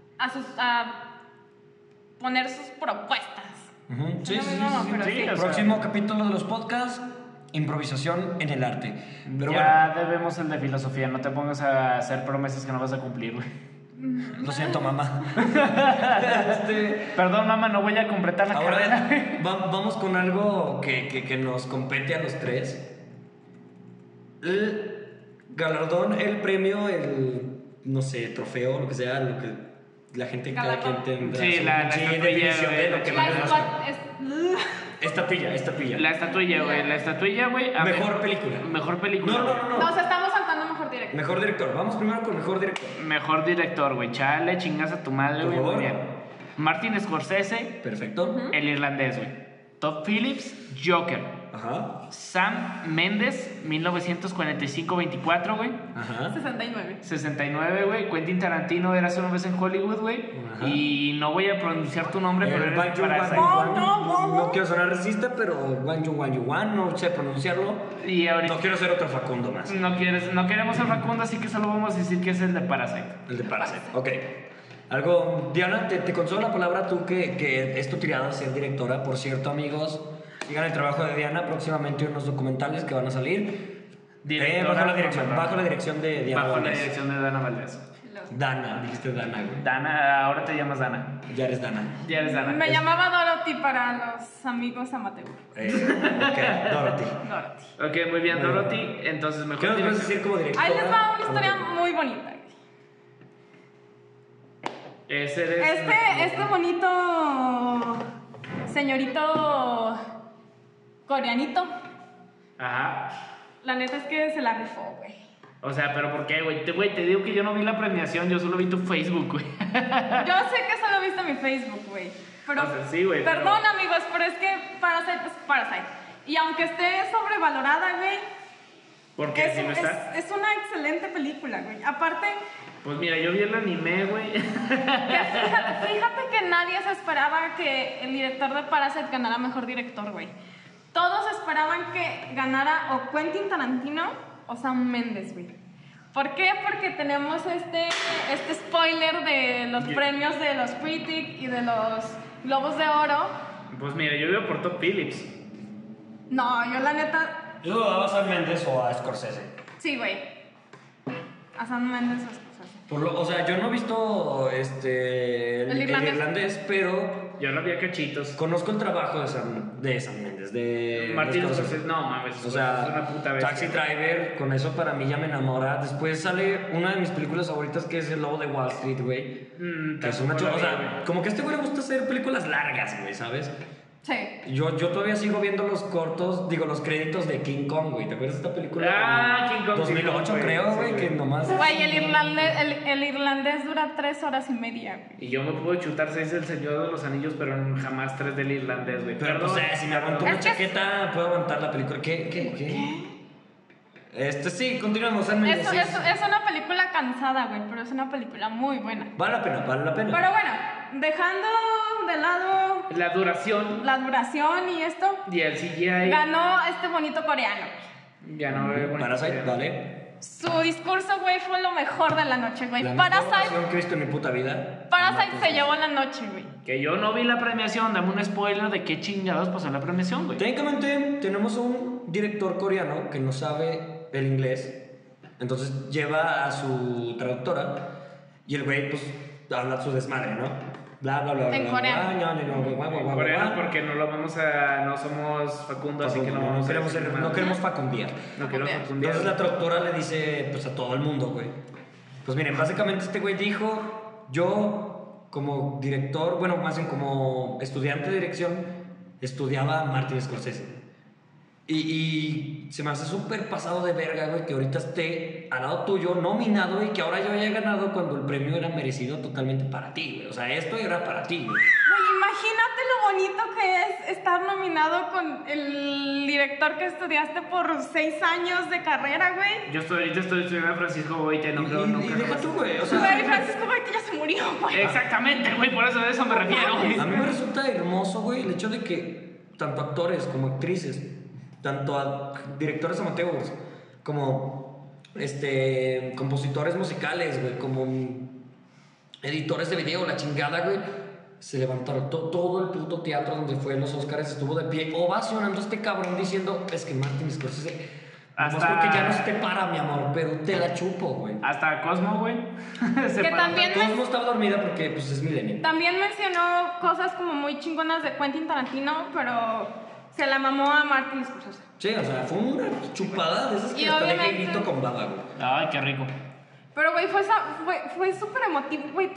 S3: poner sus propuestas.
S1: Ujú, sí,
S3: No,
S1: sí,
S3: no,
S1: sí, sí.
S3: pero
S2: Sí,
S3: sí.
S2: o sea,
S1: Próximo capítulo de los podcasts, improvisación en el arte. Pero
S2: ya debemos el de filosofía. No te pongas a hacer promesas que no vas a cumplir, güey.
S1: bueno, lo siento, mamá.
S2: Perdón, mamá, no voy a completar la carrera.
S1: Ahora vamos con algo que nos compete a los tres. El galardón, el premio, no sé, trofeo, lo que sea, lo que la gente, cada
S3: Galardón.
S1: quien tendrá
S2: Sí,
S1: su
S2: la
S1: pinche
S2: estatuilla,
S1: definición de lo que
S3: La
S1: vale el Oscar. Estatuilla.
S2: La estatuilla, güey. a
S3: Pues,
S2: ver,
S1: Mejor película.
S2: Mejor película.
S1: No.
S3: Nos estamos saltando mejor directo.
S1: Mejor director. Vamos primero con mejor director.
S2: Mejor director, güey. Chale, chingas a tu madre,
S1: Por
S2: güey. Muy
S1: favor.
S2: bien. Martin Scorsese,
S1: Perfecto.
S2: el irlandés, güey. Todd Phillips, Joker.
S1: Ajá.
S2: Sam Mendes, 1945-24, güey.
S1: Ajá.
S3: 69.
S2: 69, güey. Quentin Tarantino, Eras una vez en Hollywood, güey.
S1: Ajá.
S2: Y no voy a pronunciar tu nombre, pero
S1: El
S2: eres
S1: Wan Yu
S2: Parasite.
S1: Wan.
S3: No.
S1: No quiero sonar racista, pero Wan Yu Wan, no sé pronunciarlo.
S2: Y ahorita
S1: No quiero ser otro Facundo más.
S2: no queremos el Facundo, así que solo vamos a decir que es el de Parasite.
S1: El de Parasite. Ok. Algo, Diana, te concedo la palabra tú que es tu tirada a ser directora. Por cierto, amigos, sigan el trabajo de Diana. Próximamente unos documentales que van a salir.
S2: Directora,
S1: Bajo la dirección de Diana.
S2: Bajo la
S1: Valdés.
S2: dirección de Dana Valdés.
S1: Dana, dijiste Dana, güey.
S2: Dana, ahora te llamas Dana.
S1: Ya eres Dana.
S2: Ya eres Dana.
S3: Me llamaba Dorothy para los amigos amateur.
S1: Ok, Dorothy.
S3: Dorothy.
S2: Ok, muy bien,
S1: Muy bien.
S2: Dorothy. Entonces, mejor
S1: ¿Qué nos puedes
S2: dirección.
S1: decir como directora?
S3: Ahí les va una historia muy bonita.
S2: Ese eres.
S3: Este bonito señorito coreanito,
S2: Ajá.
S3: la neta es que se la rifó, güey.
S2: O sea, pero ¿por qué, güey? Te digo que yo no vi la premiación, yo solo vi tu Facebook, güey.
S3: Yo sé que solo viste mi Facebook, güey. Pero,
S2: O sea, sí, güey,
S3: perdón,
S2: pero-
S3: amigos, pero es que Parasite es Parasite. Y aunque esté sobrevalorada, güey,
S2: Porque si no está.
S3: es una excelente película, güey. Aparte,
S2: Pues mira, yo vi el anime, güey.
S3: que fíjate que nadie se esperaba que el director de Parasite ganara mejor director, güey. Todos esperaban que ganara o Quentin Tarantino o Sam Mendes, güey. ¿Por qué? Porque tenemos este spoiler de los premios de los Critic y de los Globos de Oro.
S2: Pues mira, yo veo por Todd Phillips.
S3: No, yo la neta,
S1: ¿Yo lo daba a Sam Mendes o a Scorsese?
S3: sí, güey. A Sam Mendes o Scorsese.
S1: O sea, yo no he visto
S3: El
S1: irlandés, pero
S2: Yo lo vi a cachitos.
S1: conozco el trabajo de Sam Mendes, de
S2: Martín
S1: Scorsese.
S2: Scorsese, no mames,
S1: O sea,
S2: es una puta bestia.
S1: Taxi Driver, con eso para mí ya me enamora. Después sale una de mis películas favoritas que es El Lobo de Wall Street, güey. Que es una
S2: tampoco la
S1: o
S2: vi,
S1: sea,
S2: güey.
S1: como que a este güey le gusta hacer películas largas, güey, ¿sabes?
S3: Sí.
S1: Yo todavía sigo viendo los créditos de King Kong, güey. ¿Te acuerdas de esta película?
S2: King Kong,
S1: 2008,
S2: sí,
S1: creo,
S2: sí,
S1: güey,
S2: güey.
S1: que nomás...
S3: Güey, el irlandés dura 3 horas y media, güey.
S2: Y yo me puedo chutar 6 del Señor de los Anillos, pero jamás 3 del irlandés, güey.
S1: Pero,
S2: Perdón.
S1: si me aguanto
S3: Es
S1: una
S3: que-
S1: chaqueta, puedo aguantar la película. ¿Qué? Sí, continuamos. Sam Mendes, sí.
S3: Es una película cansada, güey, pero es una película muy buena.
S1: Vale la pena.
S3: Pero bueno, dejando de lado
S2: La duración
S3: la duración y esto,
S2: y el CGI.
S3: ganó este bonito coreano.
S2: Ya no veo.
S1: Parasite, vale.
S3: Su discurso, güey, fue lo mejor de la noche, güey.
S1: La mejor
S3: Parasite
S1: actuación que he visto en mi puta vida.
S3: se llevó la noche, güey.
S2: Que yo no vi la premiación, dame un spoiler de qué chingados pasó en la premiación, güey.
S1: Técnicamente tenemos un director coreano que no sabe el inglés, entonces lleva a su traductora y el güey pues habla su desmadre, ¿no? Bla bla bla.
S3: En
S1: bla,
S3: coreano.
S1: bla, bla, bla, bla, bla, bla,
S2: Coreano
S1: bla.
S2: porque no somos Facundo, así que no vamos a decir nada.
S1: No queremos facundiar.
S2: No queremos Facundear.
S1: Entonces la traductora le dice pues a todo el mundo, güey. Pues miren, básicamente este güey dijo, yo como director, bueno, más bien como estudiante de dirección, estudiaba a Martin Scorsese. Y se me hace súper pasado de verga, güey, que ahorita esté al lado tuyo, nominado, y que ahora yo haya ganado cuando el premio era merecido totalmente para ti, güey. O sea, esto era para ti, güey.
S3: Güey, imagínate lo bonito que es estar nominado con el director que estudiaste por 6 años de carrera, güey.
S2: Yo ahorita estoy estudiando a Francisco Goite, no creo
S1: Y
S2: nunca.
S1: deja
S2: jamás.
S1: tú, güey, o
S3: Güey,
S1: sea...
S3: Francisco Goite ya se murió, güey.
S2: Exactamente, güey, por eso de eso me refiero.
S1: A mí me resulta hermoso, güey, el hecho de que tanto actores como actrices, tanto a directores amateurs, como compositores musicales, güey, como editores de video, la chingada, güey, se levantaron. Todo el puto teatro donde fue en los Oscars estuvo de pie, ovacionando a este cabrón diciendo, es que Martin Scorsese, nomás porque ya no se te para, mi amor, pero te la chupo, güey.
S2: Hasta Cosmo, güey. Se
S3: Que
S2: paró.
S3: también
S1: Cosmo estaba dormida porque, pues, es milenio.
S3: También mencionó cosas como muy chingonas de Quentin Tarantino, pero se la mamó a Martin Scorsese.
S1: Sí, o sea, fue una chupada de esas que
S3: Y
S1: hasta
S3: obviamente-
S1: deja grito con baba, güey.
S2: Ay, qué rico.
S3: Pero, güey, fue súper emotivo, güey.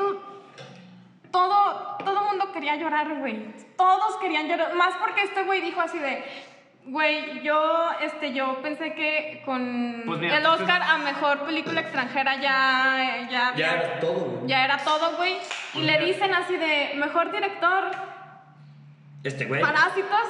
S3: Todo mundo quería llorar, güey. Todos querían llorar. Más porque este güey dijo así de... Güey, yo pensé que con
S2: Pues mira,
S3: el Oscar a Mejor Película Extranjera ya
S1: Ya era todo, güey.
S3: ya era todo, güey. Y
S2: Pues
S3: le
S2: mira.
S3: dicen así de Mejor Director,
S1: Este güey.
S3: Parásitos.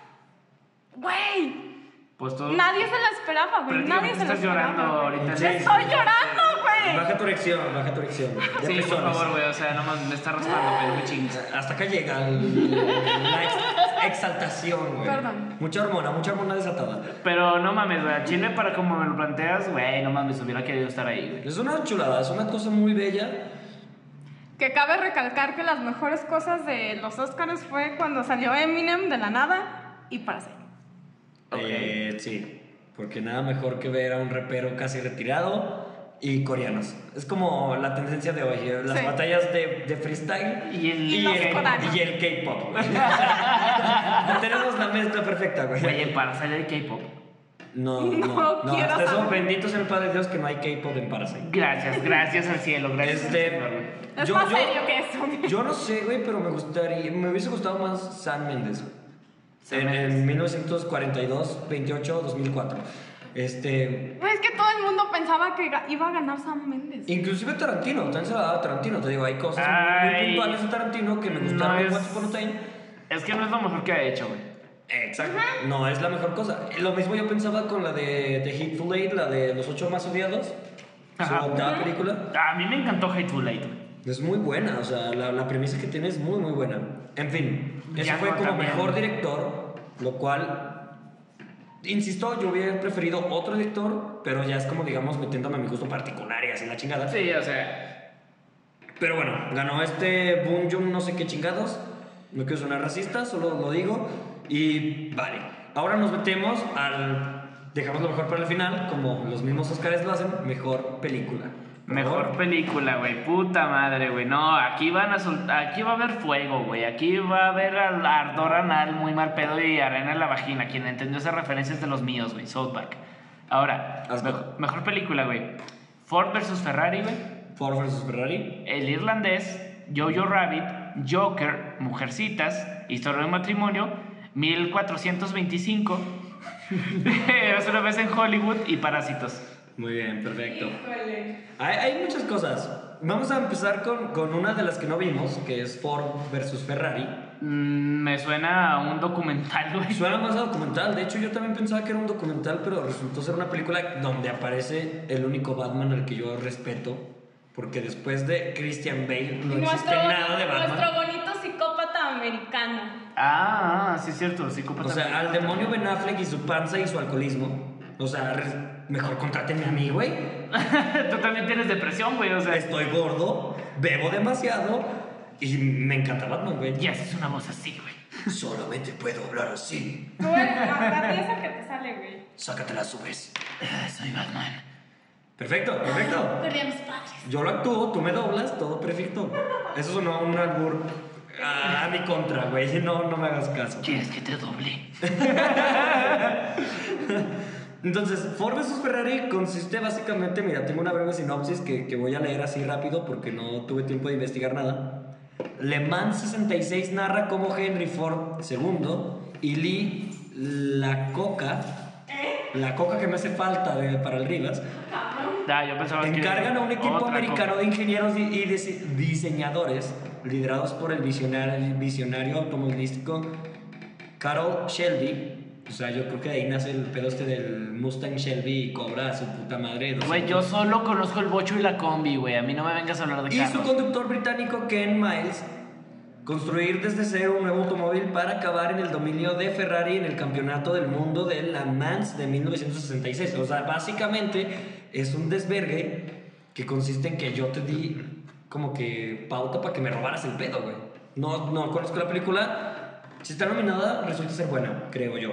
S3: Güey,
S2: Pues todo.
S3: nadie se la esperaba, güey. Nadie se la
S2: estás
S3: esperaba.
S2: llorando
S3: güey.
S2: ahorita.
S1: Sí,
S3: Estoy llorando, güey.
S1: Baja tu erección, baja tu erección. De
S2: Sí, por
S1: pezones.
S2: favor, güey. O sea, nomás me está raspando, pero me chingas.
S1: Hasta acá llega la exaltación, güey.
S3: Perdón.
S1: Mucha hormona desatada.
S2: Pero no mames, güey. Chile, para como me lo planteas, güey, no mames, hubiera querido estar ahí, güey.
S1: Es una chulada, es una cosa muy bella.
S3: Que cabe recalcar que las mejores cosas de los Oscars fue cuando salió Eminem de la nada y Parasite.
S2: Ok.
S1: Sí, porque nada mejor que ver a un rapero casi retirado y coreanos. Es como la tendencia de hoy, las
S3: Sí.
S1: batallas de freestyle
S3: Y los coreanos.
S1: y el K-pop. Tenemos la mezcla perfecta, güey.
S2: Güey, en Parasite hay K-pop.
S3: No
S1: No,
S3: quiero
S1: hasta eso,
S3: saber.
S1: bendito sea el Padre Dios que no hay K-pop en Parasite.
S2: Gracias al cielo, gracias al Señor, güey.
S3: Es más serio que eso.
S1: Yo no sé, güey, pero me hubiese gustado más Sam Mendes, güey.
S2: Sam
S1: En
S2: Mendes.
S1: 1942, 28, 2004.
S3: Güey, es que todo el mundo pensaba que iba a ganar Sam Mendes.
S1: Inclusive Tarantino, también se la daba a Tarantino. Te digo, hay cosas muy
S2: Ay,
S1: puntuales de Tarantino que me
S2: no
S1: gustaron en
S2: es-
S1: Once Upon a Time.
S2: Es que no es lo mejor que ha hecho, güey.
S1: Exacto. No es la mejor cosa. Lo mismo yo pensaba con la de Hateful Eight, la de Los 8 más odiados.
S2: Ajá.
S1: Su octava película.
S2: A mí me encantó Hateful Eight, güey.
S1: Es muy buena, o sea, la premisa que tiene es muy, muy buena. En fin, ese
S2: Ya
S1: fue
S2: no,
S1: como
S2: también.
S1: mejor director, lo cual, insisto, yo hubiera preferido otro director, pero ya es como, digamos, metiéndome a mi gusto particular y así la chingada.
S2: Sí, o sea.
S1: Pero bueno, ganó Boon Joon no sé qué chingados. No quiero sonar racista, solo lo digo. Y vale, ahora nos metemos al... Dejamos lo mejor para el final, como los mismos Oscars lo hacen, mejor película.
S2: Mejor película, güey. Puta madre, güey. No, aquí van a aquí va a haber fuego, güey. Aquí va a haber ardor anal, muy mal pedo y arena en la vagina. Quien entendió esas referencias de los míos, güey. South Park. Ahora, mejor película, güey. Ford vs Ferrari, güey.
S1: Ford vs Ferrari.
S2: El Irlandés, Jojo Rabbit, Joker, Mujercitas, Historia de un matrimonio, 1425, Eras una vez en Hollywood y Parásitos.
S1: Muy bien, perfecto.
S3: Híjole.
S1: Hay muchas cosas. Vamos a empezar con una de las que no vimos, que es Ford vs Ferrari.
S2: Me suena a un documental, güey.
S1: Suena más a documental. De hecho, yo también pensaba que era un documental, pero resultó ser una película donde aparece el único Batman al que yo respeto. Porque después de Christian Bale no existe nada de Batman.
S3: Nuestro bonito psicópata americano.
S2: Sí es cierto, psicópata.
S1: O sea, al demonio Ben Affleck y su panza y su alcoholismo. O sea, mejor contrátenme a mí, güey.
S2: Tú también tienes depresión, güey, o sea.
S1: Estoy gordo, bebo demasiado y me encanta Batman, güey.
S2: Y haces una voz así, güey.
S1: Solamente puedo hablar así.
S3: Tú eres la esa que te sale, güey.
S1: Sácatela a su vez.
S2: Soy Batman.
S1: Perfecto, perfecto.
S3: Perdí a mis padres.
S1: Yo lo actúo, tú me doblas, todo perfecto. Eso sonó un albur a mi contra, güey. No me hagas caso.
S2: ¿Quieres que te doble?
S1: Entonces, Ford vs Ferrari consiste básicamente, mira, tengo una breve sinopsis que voy a leer así rápido porque no tuve tiempo de investigar nada. Le Mans 66 narra cómo Henry Ford II y Lee la coca que me hace falta para el Rivas,
S2: Yo pensaba que
S1: encargan a un equipo
S2: otra
S1: americano de ingenieros y diseñadores liderados por el visionario automovilístico Carroll Shelby. O sea, yo creo que de ahí nace el pedo este del Mustang Shelby y cobra a su puta madre.
S2: Güey, yo solo conozco el bocho y la combi, güey. A mí no me vengas a hablar de
S1: Y
S2: carros.
S1: su conductor británico Ken Miles construir desde cero un nuevo automóvil para acabar en el dominio de Ferrari en el campeonato del mundo de Le Mans de 1966. O sea, básicamente es un desvergue que consiste en que yo te di como que pauta para que me robaras el pedo, güey. No conozco la película. Si está nominada, resulta ser buena, creo yo.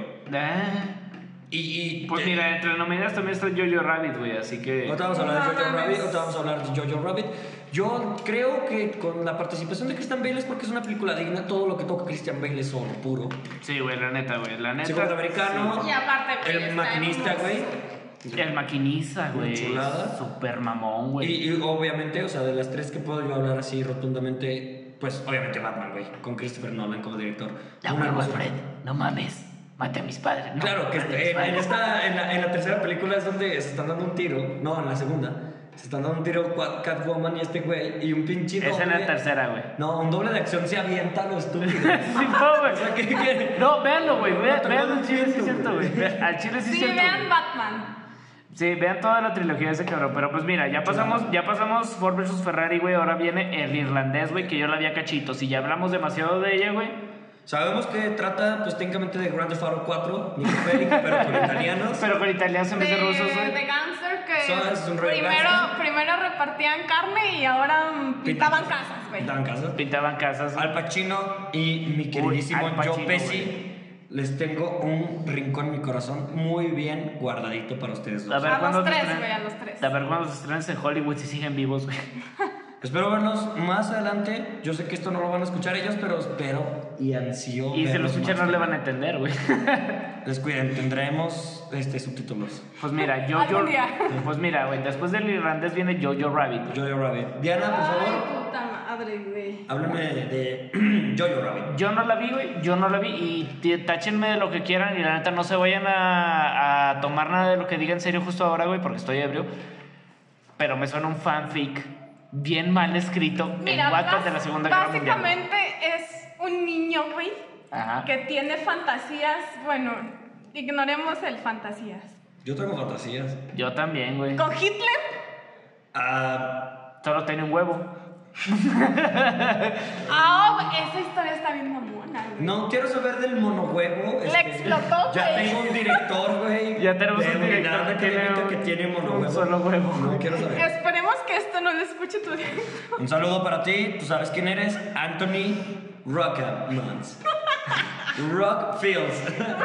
S2: Pues mira, entre nominadas también está Jojo Rabbit, güey, así que...
S1: Ahorita vamos a hablar de Jojo Rabbit, ahorita vamos a hablar de Jojo Rabbit. Yo creo que con la participación de Christian Bale es porque es una película digna. Todo lo que toca Christian Bale es oro puro.
S2: Sí, güey, la neta, güey, la neta.
S1: Segundo americano.
S3: Y aparte, güey,
S1: El maquinista, güey.
S2: El maquinista, güey.
S1: Chulada.
S2: Super mamón, güey.
S1: Y obviamente, o sea, de las tres que puedo yo hablar así rotundamente, pues obviamente Batman, güey, con Christopher Nolan como director.
S2: Ya,
S1: Una
S2: huevo,
S1: hermosura.
S2: Alfred, no mames. Mate a mis padres. No,
S1: Claro, que
S2: mate a mis padres.
S1: en la tercera película es donde se están dando un tiro. No, en la segunda. Se están dando un tiro Catwoman y este güey. Y un pinche doble.
S2: Es en la tercera, güey.
S1: No, un doble de acción se avienta a lo estúpido.
S2: Sí, no, güey.
S1: O sea, ¿qué?
S2: No, véanlo, güey. Vean
S1: No,
S2: al chile, sí es
S1: güey.
S2: cierto, güey. Al chile sí es
S3: Sí,
S2: cierto.
S3: vean
S2: güey.
S3: Batman.
S2: Sí, vean toda la trilogía de ese cabrón. Pero pues mira, ya pasamos Ford vs Ferrari, güey. Ahora viene el irlandés, güey, que yo la vi a cachitos. Y ya hablamos demasiado de ella, güey.
S1: Sabemos que trata, pues técnicamente de Grand Theft Auto 4, Nico Bellic, pero con italianos.
S2: Pero con italianos en vez de rusos, güey.
S3: De gangster que
S1: So, es un rollo
S3: primero repartían carne y ahora pintaban casas, güey.
S1: Dan casas.
S2: Pintaban casas.
S1: Al Pacino y mi queridísimo
S2: Al Pacino,
S1: Joe Pesci, les tengo un rincón en mi corazón muy bien guardadito para ustedes
S2: A
S1: dos.
S2: ver
S3: A
S2: cuándo
S3: los
S2: se
S3: tres,
S2: estrenan.
S3: güey, a los tres.
S2: A ver cuándo se estrenan en Hollywood si siguen vivos, güey.
S1: Espero verlos más adelante. Yo sé que esto no lo van a escuchar ellos, pero espero y ansío.
S2: Y si lo
S1: verlos
S2: escuchan
S1: más.
S2: no le van a entender, güey.
S1: Descuiden, tendremos subtítulos.
S2: Pues mira,
S3: Algún día.
S2: Pues mira, güey, después del irlandés viene Jojo Rabbit.
S1: Jojo Rabbit. Diana, por favor,
S3: Ay, puta madre, güey.
S1: háblame de Jojo Rabbit.
S2: Yo no la vi, güey, yo no la vi y táchenme de lo que quieran y la neta no se vayan a tomar nada de lo que diga en serio justo ahora, güey, porque estoy ebrio. Pero me suena un fanfic bien mal escrito
S3: Mira,
S2: en Wattpad de la Segunda Guerra Mundial.
S3: básicamente es un niño, güey,
S2: Ajá.
S3: que tiene fantasías. Bueno, ignoremos el fantasías.
S1: Yo tengo fantasías.
S2: Yo también, güey.
S3: Con Hitler,
S2: Solo tiene un huevo.
S3: esa historia está bien mamona, güey.
S1: No quiero saber del monohuevo.
S3: Le explotó,
S1: Ya
S3: güey.
S1: tengo un director, güey.
S2: Ya tenemos
S1: de
S2: un director
S1: unidad
S2: que tiene
S1: académica que tiene monohuevo.
S2: un solo huevo.
S1: No quiero saber.
S3: Esperemos que esto no lo escuche tu director.
S1: Un saludo para ti. Tú sabes quién eres. Anthony Rockamans. Rock Fields.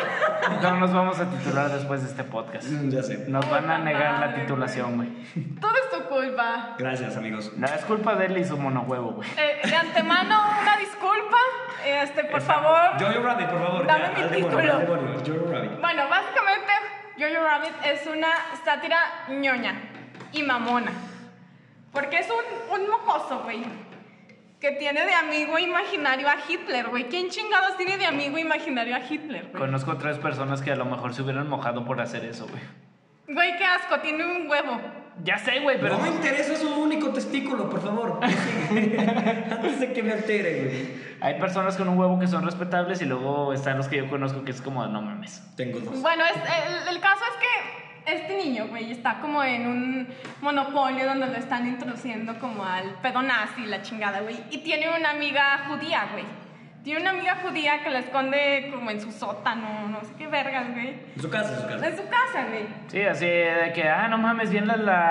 S2: No nos vamos a titular después de este podcast.
S1: Ya sé.
S2: Nos van a negar la titulación, güey.
S3: Todo es tu culpa.
S1: Gracias, amigos.
S2: No, es culpa de él y su monohuevo, güey.
S3: De antemano, una disculpa. Por favor.
S1: Jojo Rabbit, por favor.
S3: Dame
S1: ya,
S3: mi
S1: al demonio,
S3: título.
S1: al demonio. Jojo Rabbit.
S3: Bueno, básicamente, Jojo Rabbit es una sátira ñoña y mamona. Porque es un mocoso, güey, que tiene de amigo imaginario a Hitler, güey. ¿Quién chingados tiene de amigo imaginario a Hitler, güey?
S2: Conozco 3 personas que a lo mejor se hubieran mojado por hacer eso, güey.
S3: Güey, qué asco, tiene un huevo.
S2: Ya sé, güey, pero...
S1: No me interesa su único testículo, por favor. Antes de que me altere, güey.
S2: Hay personas con un huevo que son respetables y luego están los que yo conozco que es como, no mames.
S1: Tengo 2.
S3: Bueno, el caso es que este niño, güey, está como en un monopolio donde lo están introduciendo como al pedo nazi, la chingada, güey. Y tiene una amiga judía, güey. Tiene una amiga judía que la esconde como en su sótano, no sé qué vergas, güey.
S1: En su casa, en su casa.
S3: En su casa, güey.
S2: Sí, así de que, no mames, viene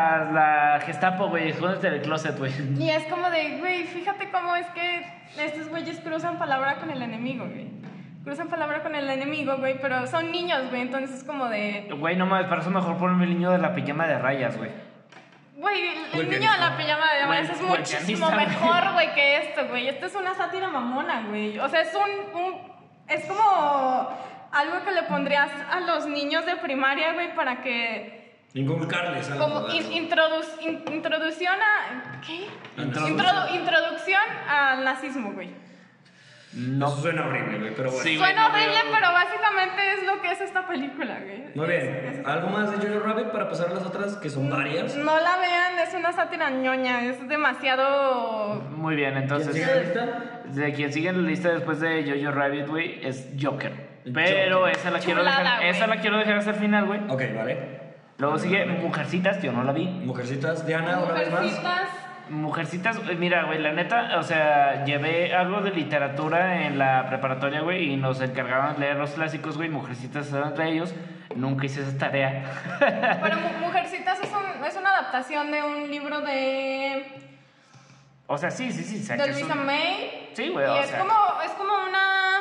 S2: la Gestapo, güey, escóndete del closet, güey.
S3: Y es como de, güey, fíjate cómo es que estos güeyes cruzan palabra con el enemigo, güey. Cruzan palabra con el enemigo, güey, pero son niños, güey, entonces es como de...
S2: Güey, no mames, para eso mejor ponme el niño de la pijama de rayas, güey.
S3: Güey, el
S1: Güey,
S3: niño de la pijama de
S2: Güey,
S3: rayas es
S2: güey,
S3: muchísimo
S2: pianista,
S3: mejor, güey, que esto, güey. Esto es una sátira mamona, güey. O sea, es es como algo que le pondrías a los niños de primaria, güey, para que...
S1: Inculcarles algo.
S3: Como introducción a... ¿Qué? Introducción al nazismo, güey.
S2: No.
S1: Eso suena horrible, güey, pero bueno.
S2: Sí, güey,
S3: Suena
S2: no
S3: horrible,
S2: veo-
S3: pero básicamente es lo que es esta película, güey.
S1: Muy bien. ¿Algo más de Jojo Rabbit para pasar a las otras que son varias?
S3: No la vean, es una sátira ñoña, es demasiado...
S2: Muy bien, entonces...
S1: ¿Quién sigue en la lista?
S2: De quien sigue en la lista después de Jojo Rabbit, güey, es Joker. Pero
S1: Joker.
S2: esa la quiero
S3: Chulada,
S2: dejar,
S3: güey.
S2: esa la quiero dejar hasta el final, güey.
S1: Ok, vale.
S2: Luego sigue Mujercitas, yo no la vi.
S1: Mujercitas, Diana, una vez más.
S3: Mujercitas.
S2: Mujercitas, mira, güey, la neta, o sea, llevé algo de literatura en la preparatoria, güey, y nos encargaban de leer los clásicos, güey. Mujercitas era entre ellos. Nunca hice esa tarea.
S3: Pero Mujercitas es una adaptación de un libro de
S2: O sea, sí, o sea, que es
S3: Louisa
S2: un-
S3: May.
S2: Sí, güey,
S3: Y
S2: o
S3: es
S2: sea.
S3: como una...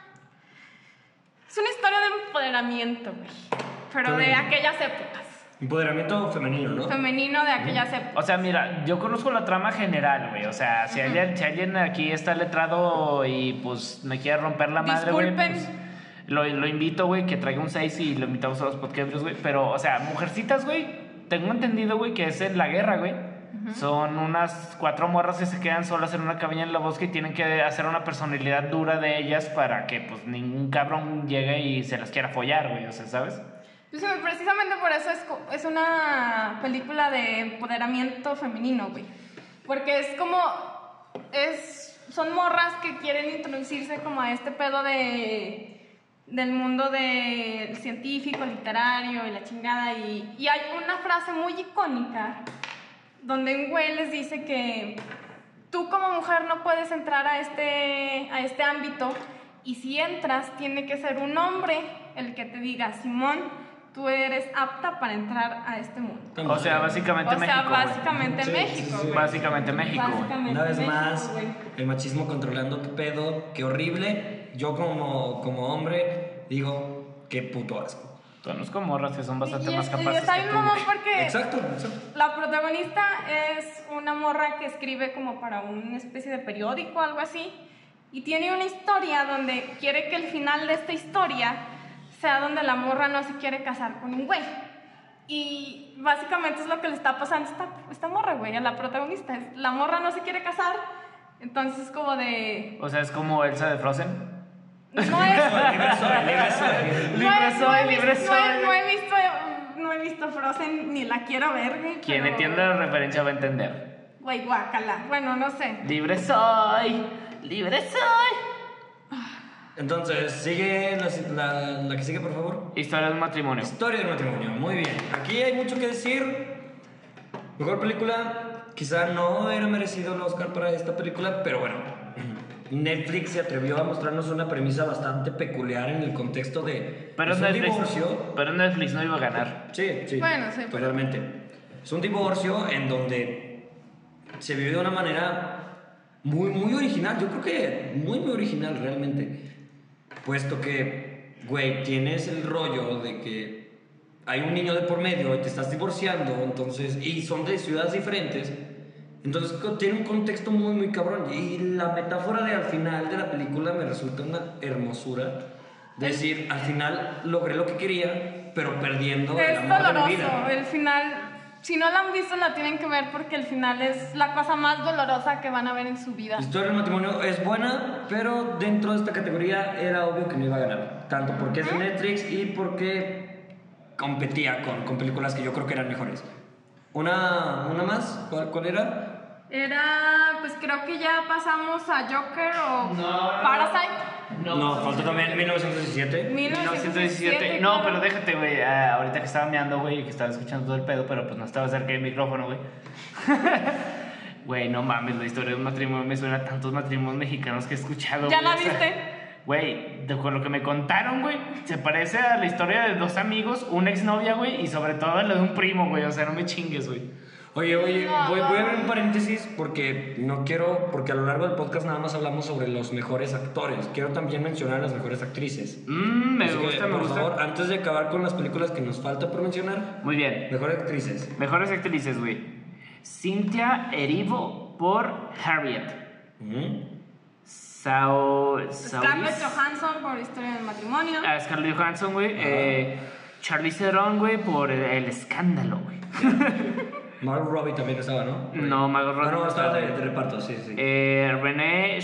S3: Es una historia de empoderamiento, güey. Pero de
S1: Femenino.
S3: aquellas épocas.
S1: Empoderamiento femenino, ¿no?
S3: Femenino de aquellas épocas.
S2: O sea, mira, yo conozco la trama general, güey. O sea, si alguien aquí está letrado y pues me quiere romper la madre, güey,
S3: Disculpen.
S2: pues lo invito, güey, que traiga un 6 y lo invitamos a los podcasts, güey. Pero, o sea, Mujercitas, güey, tengo entendido, güey, que es en la guerra, güey. Son unas 4 morras que se quedan solas en una cabaña en el bosque y tienen que hacer una personalidad dura de ellas para que, pues, ningún cabrón llegue y se las quiera follar, güey. O sea, ¿sabes?
S3: Pues, precisamente por eso es una película de empoderamiento femenino, güey. Porque es como... Son morras que quieren introducirse como a este pedo del mundo del científico, literario y la chingada. Y hay una frase muy icónica donde un güey les dice que tú como mujer no puedes entrar a este ámbito y si entras tiene que ser un hombre el que te diga, Simón, tú eres apta para entrar a este mundo.
S2: O sea, básicamente
S3: O
S2: México,
S3: sea,
S2: güey.
S3: básicamente
S1: Sí,
S3: México,
S1: sí, sí.
S3: güey.
S2: Básicamente México, güey.
S3: Básicamente
S1: Una vez
S3: México,
S1: más,
S3: güey.
S1: el machismo controlando qué pedo, qué horrible. Yo como hombre digo, qué puto asco.
S2: Conozco morras que son bastante
S3: Y
S2: más
S3: y
S2: capaces
S3: está
S2: que
S3: bien
S2: tú,
S3: mamón
S2: güey.
S3: porque
S1: Exacto, exacto.
S3: la protagonista es una morra que escribe como para una especie de periódico o algo así. Y tiene una historia donde quiere que el final de esta historia sea donde la morra no se quiere casar con un güey. Y básicamente es lo que le está pasando a esta morra, güey, a la protagonista. La morra no se quiere casar, entonces es como de...
S2: O sea, es como Elsa de Frozen.
S3: No es...
S1: Libre soy, libre soy.
S2: Libre soy.
S3: No he visto Frozen ni la quiero ver, güey.
S2: Quien
S3: pero-
S2: entienda la referencia va a entender.
S3: Güey, guácala. Bueno, no sé.
S2: Libre soy, libre soy.
S1: Entonces, sigue la que sigue, por favor.
S2: Historia de un matrimonio.
S1: Historia del matrimonio, muy bien. Aquí hay mucho que decir. Mejor película, quizá no era merecido el Oscar para esta película, pero bueno, Netflix se atrevió a mostrarnos una premisa bastante peculiar en el contexto de
S2: Pero
S1: es un
S2: Netflix,
S1: divorcio.
S2: pero Netflix no iba a ganar.
S1: Sí, sí.
S3: Bueno, sí, pero-
S1: totalmente. Es un divorcio en donde se vive de una manera muy, muy original. Yo creo que muy, muy original realmente. puesto que, güey, tienes el rollo de que hay un niño de por medio y te estás divorciando, entonces, y son de ciudades diferentes, entonces tiene un contexto muy, muy cabrón. Y la metáfora de al final de la película me resulta una hermosura. Decir, al final logré lo que quería, pero perdiendo el
S3: Es
S1: amor de mi
S3: doloroso.
S1: vida.
S3: El final, si no la han visto, la tienen que ver porque el final es la cosa más dolorosa que van a ver en su vida.
S1: La historia del matrimonio es buena, pero dentro de esta categoría era obvio que no iba a ganar. Tanto porque es de Netflix y porque competía con películas que yo creo que eran mejores. Una más, ¿cuál era?
S3: Era, pues creo que ya pasamos a Joker o Parasite.
S1: No, faltó también 1917.
S2: 1917. No, pero déjate, güey. Ahorita que estaba meando, güey, y que estaba escuchando todo el pedo, pero pues no estaba cerca del micrófono, güey. Güey, no mames, la historia de un matrimonio me suena a tantos matrimonios mexicanos que he escuchado.
S3: ¿Ya
S2: güey,
S3: la
S2: o sea,
S3: viste?
S2: Güey, con lo que me contaron, güey, se parece a la historia de dos amigos, una exnovia, güey, y sobre todo a la de un primo, güey. O sea, no me chingues, güey.
S1: Oye,
S3: No.
S1: voy a abrir un paréntesis porque no quiero, porque a lo largo del podcast nada más hablamos sobre los mejores actores. Quiero también mencionar a las mejores actrices.
S2: Me
S1: Así que,
S2: gusta, me
S1: por
S2: gusta.
S1: favor, antes de acabar con las películas que nos falta por mencionar,
S2: Muy bien.
S1: mejores actrices.
S2: Mejores actrices, güey. Cynthia Erivo por Harriet.
S3: Scarlett Johansson por Historia del Matrimonio.
S2: Scarlett Johansson, güey. Charlize Theron, güey, por El Escándalo, güey.
S1: Margot Robbie también estaba, ¿no?
S2: No, Margot Robbie.
S1: No, estaba de reparto, sí.
S2: Renee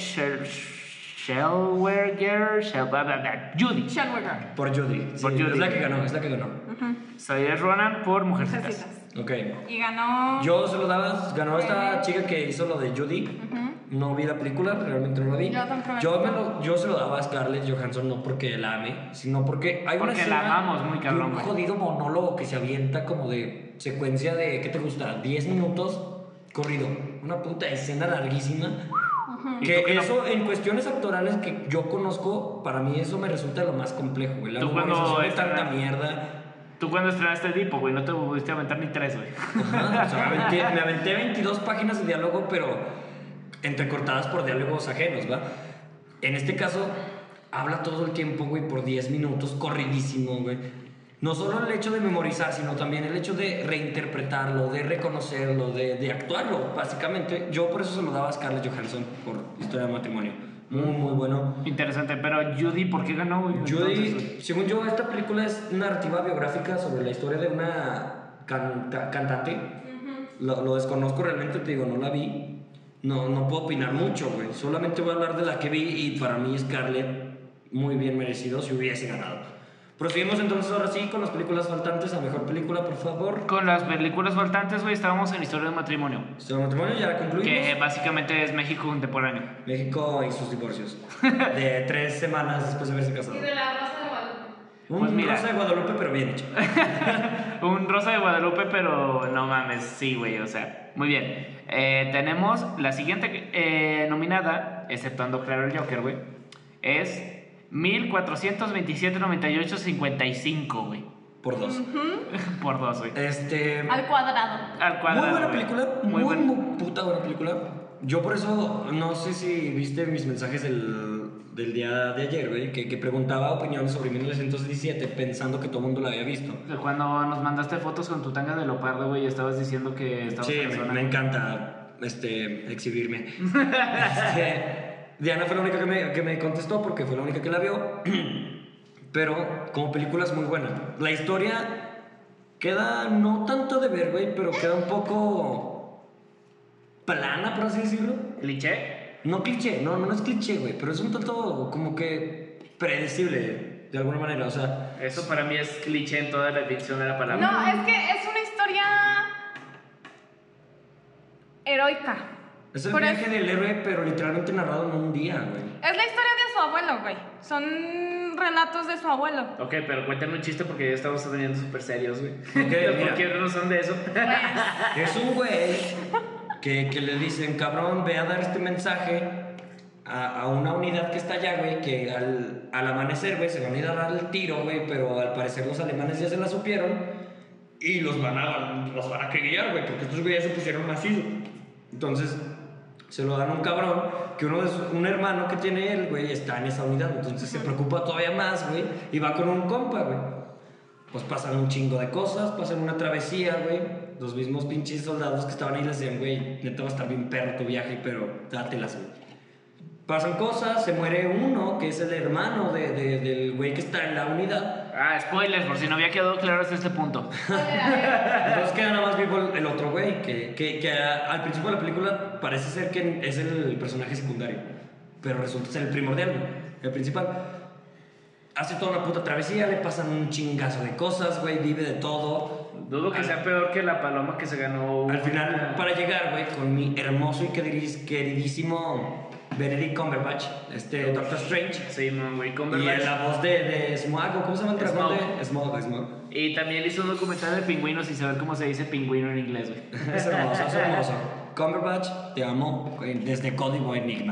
S2: Judy.
S3: Shellweger.
S1: Por Judy. Sí,
S2: Por Judy.
S1: Es la que ganó.
S2: Saoirse Ronan por Mujercitas.
S3: Mujercitas.
S1: Ok.
S3: Y ganó.
S1: Yo se lo daba, ganó esta chica que hizo lo de Judy. No vi la película, realmente no la vi.
S3: Yo tampoco la vi.
S1: Yo se lo daba a Scarlett Johansson no porque la ame, sino porque hay una
S2: Porque
S1: escena
S2: la amamos muy cabrón,
S1: de un
S2: güey.
S1: jodido monólogo que se avienta como de secuencia de, ¿qué te gusta? 10 minutos corrido. Una puta escena larguísima.
S2: ¿Y
S1: Que
S2: tú qué no-
S1: eso, en cuestiones actorales que yo conozco, para mí eso me resulta lo más complejo, güey. La
S2: Tú cuando
S1: memorización de
S2: estrenas-
S1: tanta mierda.
S2: Tú cuando estrenaste Edipo, güey, no te pudiste aventar ni 3, güey.
S1: Ajá, o sea, me aventé 22 páginas de diálogo, pero entrecortadas por diálogos ajenos, ¿va? En este caso, habla todo el tiempo, güey, por 10 minutos, corridísimo, güey. No solo el hecho de memorizar, sino también el hecho de reinterpretarlo, de reconocerlo, de actuarlo, básicamente. Yo por eso se lo daba a Scarlett Johansson por Historia de Matrimonio. Muy, muy bueno.
S2: Interesante, pero Judy, ¿por qué ganó, güey?
S1: Judy,
S2: Entonces, güey.
S1: según yo, esta película es narrativa biográfica sobre la historia de una cantante. Lo desconozco realmente, te digo, no la vi. No puedo opinar mucho, güey. Solamente voy a hablar de la que vi y para mí Scarlett, muy bien merecido si hubiese ganado. Proseguimos entonces ahora sí con las películas faltantes a mejor película, por favor.
S2: Con las películas faltantes, güey, estábamos en Historia de Matrimonio.
S1: Historia de Matrimonio, ya la concluimos.
S2: Que básicamente es México contemporáneo.
S1: México y sus divorcios. De 3 semanas después de haberse casado.
S3: Y de la Rosa de Guadalupe.
S1: Un
S2: Pues mira.
S1: Rosa de Guadalupe, pero bien hecho.
S2: Un Rosa de Guadalupe, pero no mames, sí, güey, o sea, muy bien. Tenemos la siguiente nominada, exceptuando claro el Joker, güey, es 1427-98-55, güey.
S1: Por 2.
S2: Por 2, güey.
S3: Al cuadrado.
S2: Al cuadrado.
S1: Muy buena
S2: güey.
S1: película,
S2: Muy buena.
S1: muy puta buena película. Yo por eso, no sé si viste mis mensajes del día de ayer, güey, que preguntaba opiniones sobre 1917 pensando que todo el mundo la había visto.
S2: Cuando nos mandaste fotos con tu tanga de leopardo, güey, estabas diciendo que estabas
S1: Sí,
S2: persona.
S1: me encanta exhibirme. Diana fue la única que me contestó porque fue la única que la vio. Pero como película es muy buena. La historia queda no tanto de ver, güey, pero queda un poco plana, por así decirlo.
S2: ¿Cliché?
S1: No cliché, no es cliché, güey, pero es un tanto como que predecible de alguna manera, o sea.
S2: Eso para mí es cliché en toda la ficción de la palabra.
S3: No, es que es una historia heroica.
S1: Es el
S3: Por
S1: viaje
S3: eso-
S1: del héroe, pero literalmente narrado en un día, güey.
S3: Es la historia de su abuelo, güey. Son relatos de su abuelo.
S2: Ok, pero cuéntame un chiste porque ya estamos teniendo súper serios, güey.
S1: mira.
S2: ¿Por qué no son de eso?
S1: Es un güey que le dicen, cabrón, ve a dar este mensaje a una unidad que está allá, güey, que al amanecer, güey, se van a ir a dar el tiro, güey, pero al parecer los alemanes ya se la supieron y los van a acribillar, güey, porque estos güeyes se pusieron macizo. Entonces, se lo dan a un cabrón que un hermano que tiene él, güey, está en esa unidad. Entonces se preocupa todavía más, güey, y va con un compa, güey. Pues pasan un chingo de cosas, pasan una travesía, güey. Los mismos pinches soldados que estaban ahí les decían, güey, neta va a estar bien perro tu viaje, pero dátelas, güey. Pasan cosas, se muere uno, que es el hermano del güey que está en la unidad.
S2: Ah, spoilers, por si no había quedado claro hasta este punto.
S1: Entonces queda nada más vivo el otro güey, que al principio de la película parece ser que es el personaje secundario, pero resulta ser el primordial, güey, el principal. Hace toda una puta travesía, le pasan un chingazo de cosas, güey, vive de todo.
S2: Dudo que sea peor que la paloma que se ganó.
S1: Al final, para llegar, güey, con mi hermoso y queridísimo Benedict Cumberbatch, Doctor Strange.
S2: Sí, no, güey,
S1: Y
S2: Cumberbatch.
S1: la voz de Smaug, ¿cómo se llama el dragón de Smaug?
S2: Y también hizo un documental de pingüinos y saber cómo se dice pingüino en inglés, güey.
S1: Es hermoso, es hermoso. Cumberbatch, te amo, desde Código Enigma.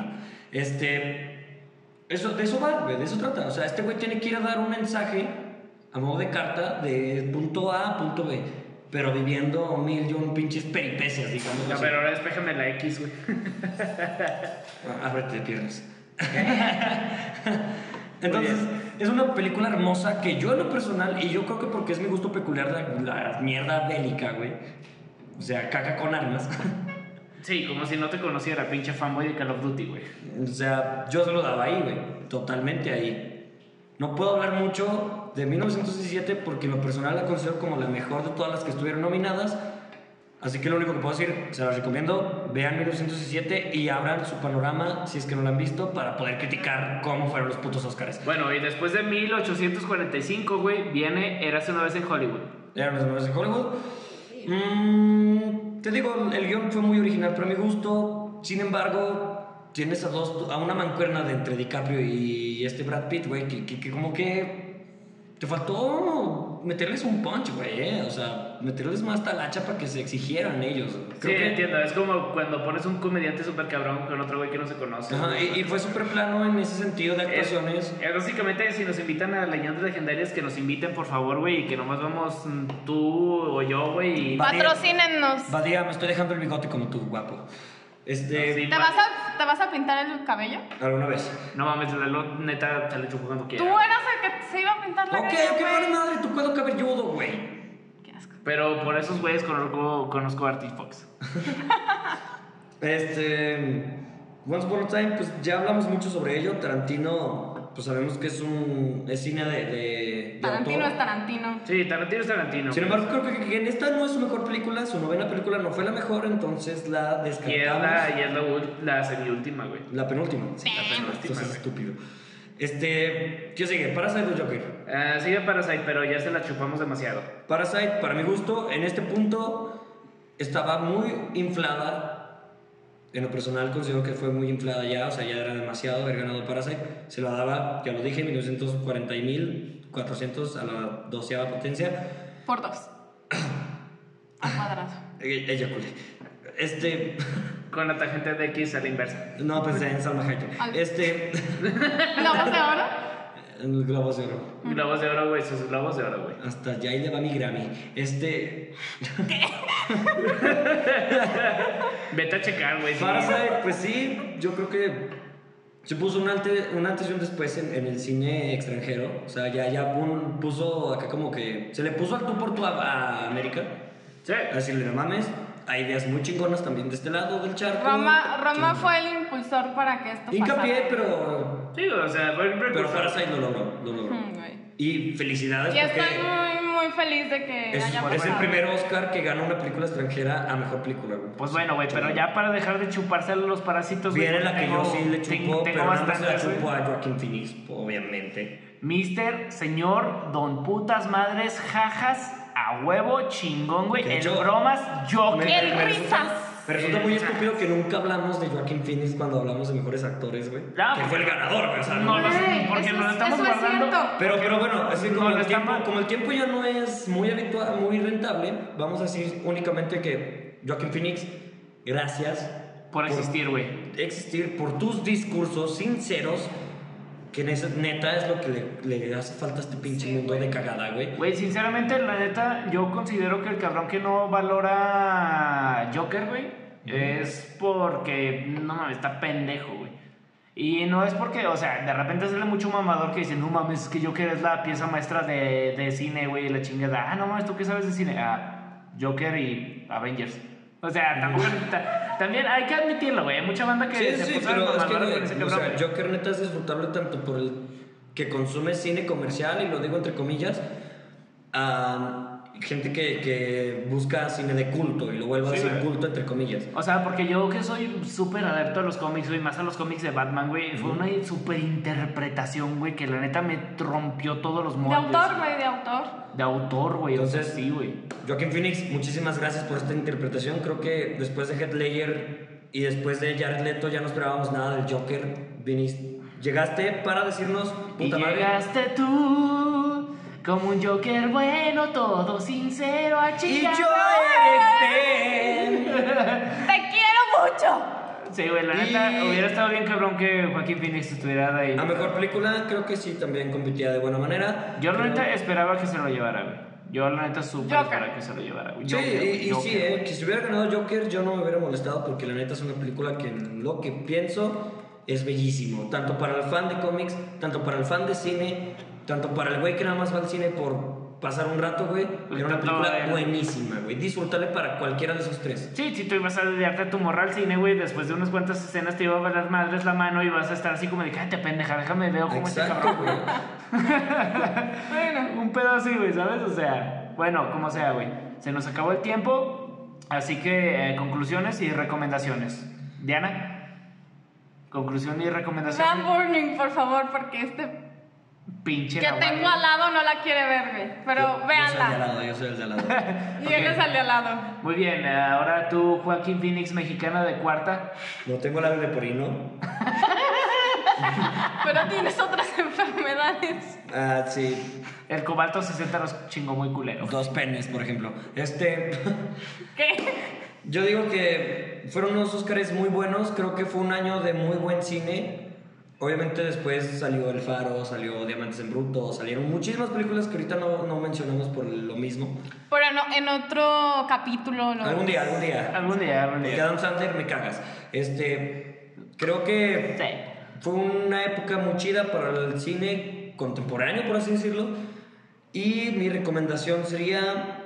S1: De eso va, güey, de eso trata. O sea, este güey tiene que ir a dar un mensaje a modo de carta de punto A a punto B, pero viviendo 1,000,000 pinches peripecias, digamos.
S2: No,
S1: así.
S2: pero ahora despéjame la X, güey.
S1: Ábrete de piernas. Entonces, es una película hermosa que yo en lo personal, y yo creo que porque es mi gusto peculiar la mierda bélica, güey. O sea, caca con armas.
S2: Sí, como si no te conociera, pinche fanboy de Call of Duty, güey.
S1: O sea, yo se lo daba ahí, güey. Totalmente ahí. No puedo hablar mucho de 1917 porque en lo personal la considero como la mejor de todas las que estuvieron nominadas. Así que lo único que puedo decir, se las recomiendo, vean 1917 y abran su panorama, si es que no lo han visto, para poder criticar cómo fueron los putos Oscars.
S2: Bueno, y después de 1845, güey, viene Érase una vez en Hollywood.
S1: Eran los nuevos de Hollywood. Te digo, el guión fue muy original para mi gusto. Sin embargo, tienes a una mancuerna de entre DiCaprio y Brad Pitt, güey, que como que te faltó meterles un punch, güey, o sea, meterles más talacha para que se exigieran ellos.
S2: Sí, entiendo, es como cuando pones un comediante súper cabrón con otro güey que no se conoce.
S1: Ajá, y fue súper plano en ese sentido de actuaciones.
S2: Básicamente, si nos invitan a Leyendas Legendarias, que nos inviten, por favor, güey, y que nomás vamos tú o yo, güey. Y...
S3: Patrocínennos.
S1: Badía, me estoy dejando el bigote como tú, guapo.
S2: Sí,
S3: ¿Te vas a pintar el cabello?
S1: Alguna vez.
S2: No mames, neta, se le echó cuando
S3: Tú
S2: quiera.
S3: eras el que se iba a pintar la
S1: Ok,
S3: cara.
S1: vale madre, tu cuero cabelludo, güey.
S3: Qué asco.
S2: Pero por esos güeyes conozco a Artie Fox.
S1: Once Upon a Time, pues ya hablamos mucho sobre ello. Tarantino, pues sabemos que es cine de
S3: Tarantino
S1: autor.
S3: es Tarantino.
S2: Sí, Tarantino es Tarantino.
S1: Sin embargo, creo que en esta no es su mejor película. Su novena película no fue la mejor, entonces la descartamos.
S2: Y es la semiúltima, güey.
S1: La penúltima.
S2: Sí, la penúltima,
S1: Entonces,
S2: güey.
S1: estúpido. ¿Qué sigue? Parasite o Joker.
S2: Sigue Parasite, pero ya se la chupamos demasiado.
S1: Parasite, para mi gusto, en este punto estaba muy inflada. En lo personal considero que fue muy inflada ya, o sea, ya era demasiado haber ganado Parasite. Se lo daba, ya lo dije, 1940,400 a la 12ª potencia.
S3: Por 2. Al cuadrado.
S1: Eyaculé.
S2: Con la tangente de X a la inversa.
S1: No pensé en Salma Hayek.
S3: ¿Globos de oro?
S1: En el Globos de Oro.
S2: Globos de oro, güey, sus globos de oro, güey.
S1: Hasta allá y le va mi Grammy.
S2: Vete a checar, güey. Sí.
S1: Parasite, pues sí, yo creo que se puso un antes y un después en el cine extranjero. O sea, ya puso acá como que se le puso al tú por tú a América.
S2: Sí.
S1: A decirle, no mames, hay ideas muy chingonas también de este lado del charco.
S3: Roma fue el impulsor para que esto
S1: Hincapié,
S3: pasara.
S1: pero
S2: Sí, o sea, fue el precursor.
S1: Parasite lo logró.
S3: Güey.
S1: Y felicidades
S3: Y
S1: porque
S3: estoy muy feliz de que haya
S1: es el
S3: pasado.
S1: primer Oscar que gana una película extranjera a mejor película, güey.
S2: Pues bueno, güey, pero ya para dejar de chuparse a los parásitos, güey.
S1: Viene la que yo sí le chupo, pero nada más se la
S2: bastantes,
S1: chupo
S2: güey.
S1: a Joaquin Phoenix, obviamente.
S2: Mister, señor, don putas madres, jajas, a huevo, chingón, güey.
S1: Que de
S2: El
S1: hecho,
S2: bromas, Joker.
S3: El risas.
S1: Me resulta muy estúpido que nunca hablamos de Joaquin Phoenix cuando hablamos de mejores actores, güey.
S2: No,
S1: Que fue el ganador, güey. O sea,
S2: no lo sé,
S3: Güey,
S2: porque
S3: eso
S2: nos
S3: es-
S2: estamos
S3: eso es
S2: guardando.
S3: cierto.
S1: Pero bueno, así como,
S2: No, no
S1: el tiempo,
S2: estamos-
S1: como el tiempo ya no es muy habitual, muy rentable, vamos a decir únicamente que Joaquin Phoenix, gracias
S2: Por existir, güey.
S1: existir, por tus discursos sinceros, que neta es lo que le hace falta a este pinche mundo de cagada, güey.
S2: Güey, sinceramente, la neta, yo considero que el cabrón que no valora Joker, güey, es porque, no mames, está pendejo, güey. Y no es porque, o sea, de repente sale mucho mamador que dice, no mames, es que Joker es la pieza maestra de cine, güey, y la chingada. Ah, no mames, ¿tú qué sabes de cine? Ah, Joker y Avengers. O sea, también hay que admitirlo, güey. Hay mucha banda que
S1: Sí,
S2: puso
S1: pero es
S2: mamadora con
S1: que,
S2: ese
S1: o
S2: cabrón,
S1: sea,
S2: güey.
S1: Joker neta es disfrutable tanto por el que consume cine comercial, y lo digo entre comillas, a gente que busca cine de culto, y lo vuelvo a
S2: Sí,
S1: decir
S2: güey.
S1: culto entre comillas.
S2: O sea, porque yo que soy súper adepto a los cómics, güey, más a los cómics de Batman, güey, fue una súper interpretación, güey, que la neta me rompió todos los
S3: De
S2: moldes.
S3: autor, güey, de autor.
S2: De autor, güey, o sea,
S1: Entonces,
S2: sí, güey.
S1: Joaquin Phoenix, muchísimas gracias por esta interpretación. Creo que después de Heath Ledger y después de Jared Leto ya no esperábamos nada del Joker. Llegaste para decirnos,
S2: Y
S1: puta madre.
S2: llegaste tú, como un Joker bueno, todo sincero, a
S1: Y
S2: chingar.
S1: yo eres
S3: ¡Te quiero mucho!
S2: Sí, güey, la neta,
S1: Y-
S2: hubiera estado bien cabrón que Joaquín Phoenix estuviera de ahí.
S1: A mejor película, creo que sí, también competía de buena manera.
S2: Yo la
S1: Creo-
S2: neta esperaba que se lo llevara, güey. Yo la neta súper
S3: Joker.
S2: esperaba que se lo llevara, güey.
S1: Sí,
S2: Joker,
S1: y
S2: Joker.
S1: sí, que si hubiera ganado Joker yo no me hubiera molestado, porque la neta es una película que en lo que pienso es bellísimo, tanto para el fan de cómics, tanto para el fan de cine, tanto para el güey que nada más va al cine por pasar un rato, güey. Era una
S2: Tanto
S1: película
S2: el-
S1: buenísima, güey, disfrutable para cualquiera de esos tres.
S2: Sí, si tú ibas a dediarte a tu morra al cine, güey, después de unas cuantas escenas te iba a valer madres la mano y vas a estar así como de, cállate pendeja, déjame veo cómo este
S1: Exacto,
S2: cabrón,
S1: güey.
S2: Bueno, un pedo así, güey, ¿sabes? O sea, bueno, como sea, güey. Se nos acabó el tiempo, así que conclusiones y recomendaciones. Diana, conclusión y
S3: Vean
S2: recomendación.
S3: Burning, por favor, porque este
S2: Pinche
S3: que
S2: Navarro.
S3: tengo al lado no la quiere ver, güey. Pero
S1: Yo soy el de al
S3: véanla.
S1: lado, yo soy el de al lado.
S3: Y él es el de al lado.
S2: Muy bien, ahora tú, Joaquín Phoenix, mexicana de cuarta.
S1: No tengo labio de porino.
S3: Pero tienes otras enfermedades.
S1: Ah, sí.
S2: El Cobalto 60 nos chingó muy culero.
S1: 2 penes, por ejemplo.
S3: ¿Qué?
S1: Yo digo que fueron unos Óscares muy buenos. Creo que fue un año de muy buen cine. Obviamente después salió El Faro, salió Diamantes en Bruto, salieron muchísimas películas que ahorita no mencionamos por lo mismo.
S3: Pero no, en otro capítulo.
S1: Algún día.
S2: Algún día, algún
S1: Porque
S2: día.
S1: Adam Sandler me cagas. Creo que
S2: Sí.
S1: fue una época muy chida para el cine contemporáneo, por así decirlo. Y mi recomendación sería,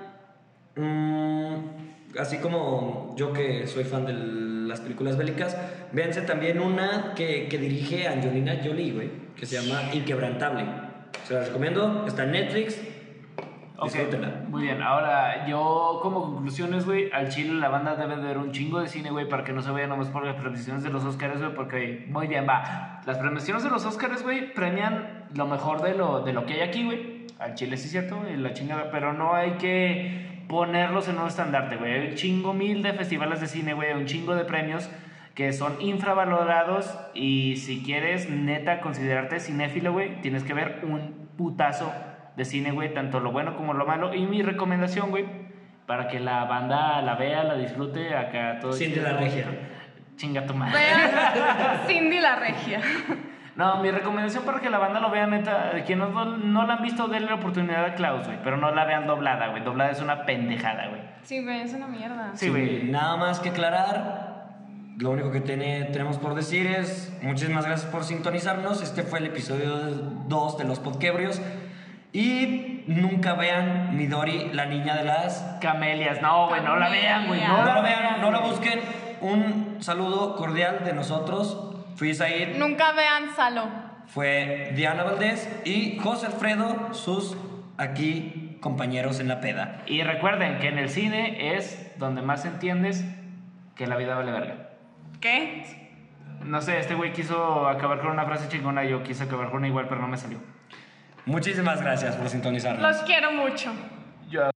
S1: así como yo que soy fan de las películas bélicas, véanse también una que dirige Angelina Jolie, güey, que se llama Inquebrantable. Se la recomiendo, está en Netflix.
S2: Ok,
S1: Disfrútenla.
S2: muy bien. Ahora, yo como conclusiones, güey, al chile la banda debe de ver un chingo de cine, güey, para que no se vaya nomás por las premiaciones de los Oscars, güey, porque, muy bien, va. Las premiaciones de los Oscars, güey, premian lo mejor de lo que hay aquí, güey. Al chile sí es cierto, y la chingada, pero no hay que ponerlos en un estandarte, güey. Hay un chingo mil de festivales de cine, güey, un chingo de premios que son infravalorados, y si quieres neta considerarte cinéfilo, güey, tienes que ver un putazo de cine, güey, tanto lo bueno como lo malo. Y mi recomendación, güey, para que la banda la vea, la disfrute, acá todo
S1: Cindy
S2: chido,
S1: la Regia.
S2: Chinga tu madre.
S3: Vean Cindy la Regia.
S2: No, mi recomendación para que la banda lo vea, neta, quienes no la han visto, denle la oportunidad a Klaus, güey, pero no la vean doblada, güey. Doblada es una pendejada, güey.
S3: Sí, güey, es una mierda.
S2: Sí, güey.
S1: Nada más que aclarar, lo único que tenemos por decir es muchísimas gracias por sintonizarnos. Este fue el episodio 2 de Los Podquebrios. Y nunca vean Midori, la niña de las...
S2: Camelias, no, güey, no la vean, güey.
S3: Camelias.
S1: No la vean, no la busquen. Un saludo cordial de nosotros. Fui Said,
S3: Nunca vean Salo.
S1: fue Diana Valdés y José Alfredo, sus aquí compañeros en la peda.
S2: Y recuerden que en el cine es donde más entiendes que la vida vale verga.
S3: ¿Qué?
S2: No sé, este güey quiso acabar con una frase chingona, yo quise acabar con una igual, pero no me salió.
S1: Muchísimas gracias por sintonizarnos.
S3: Los quiero mucho.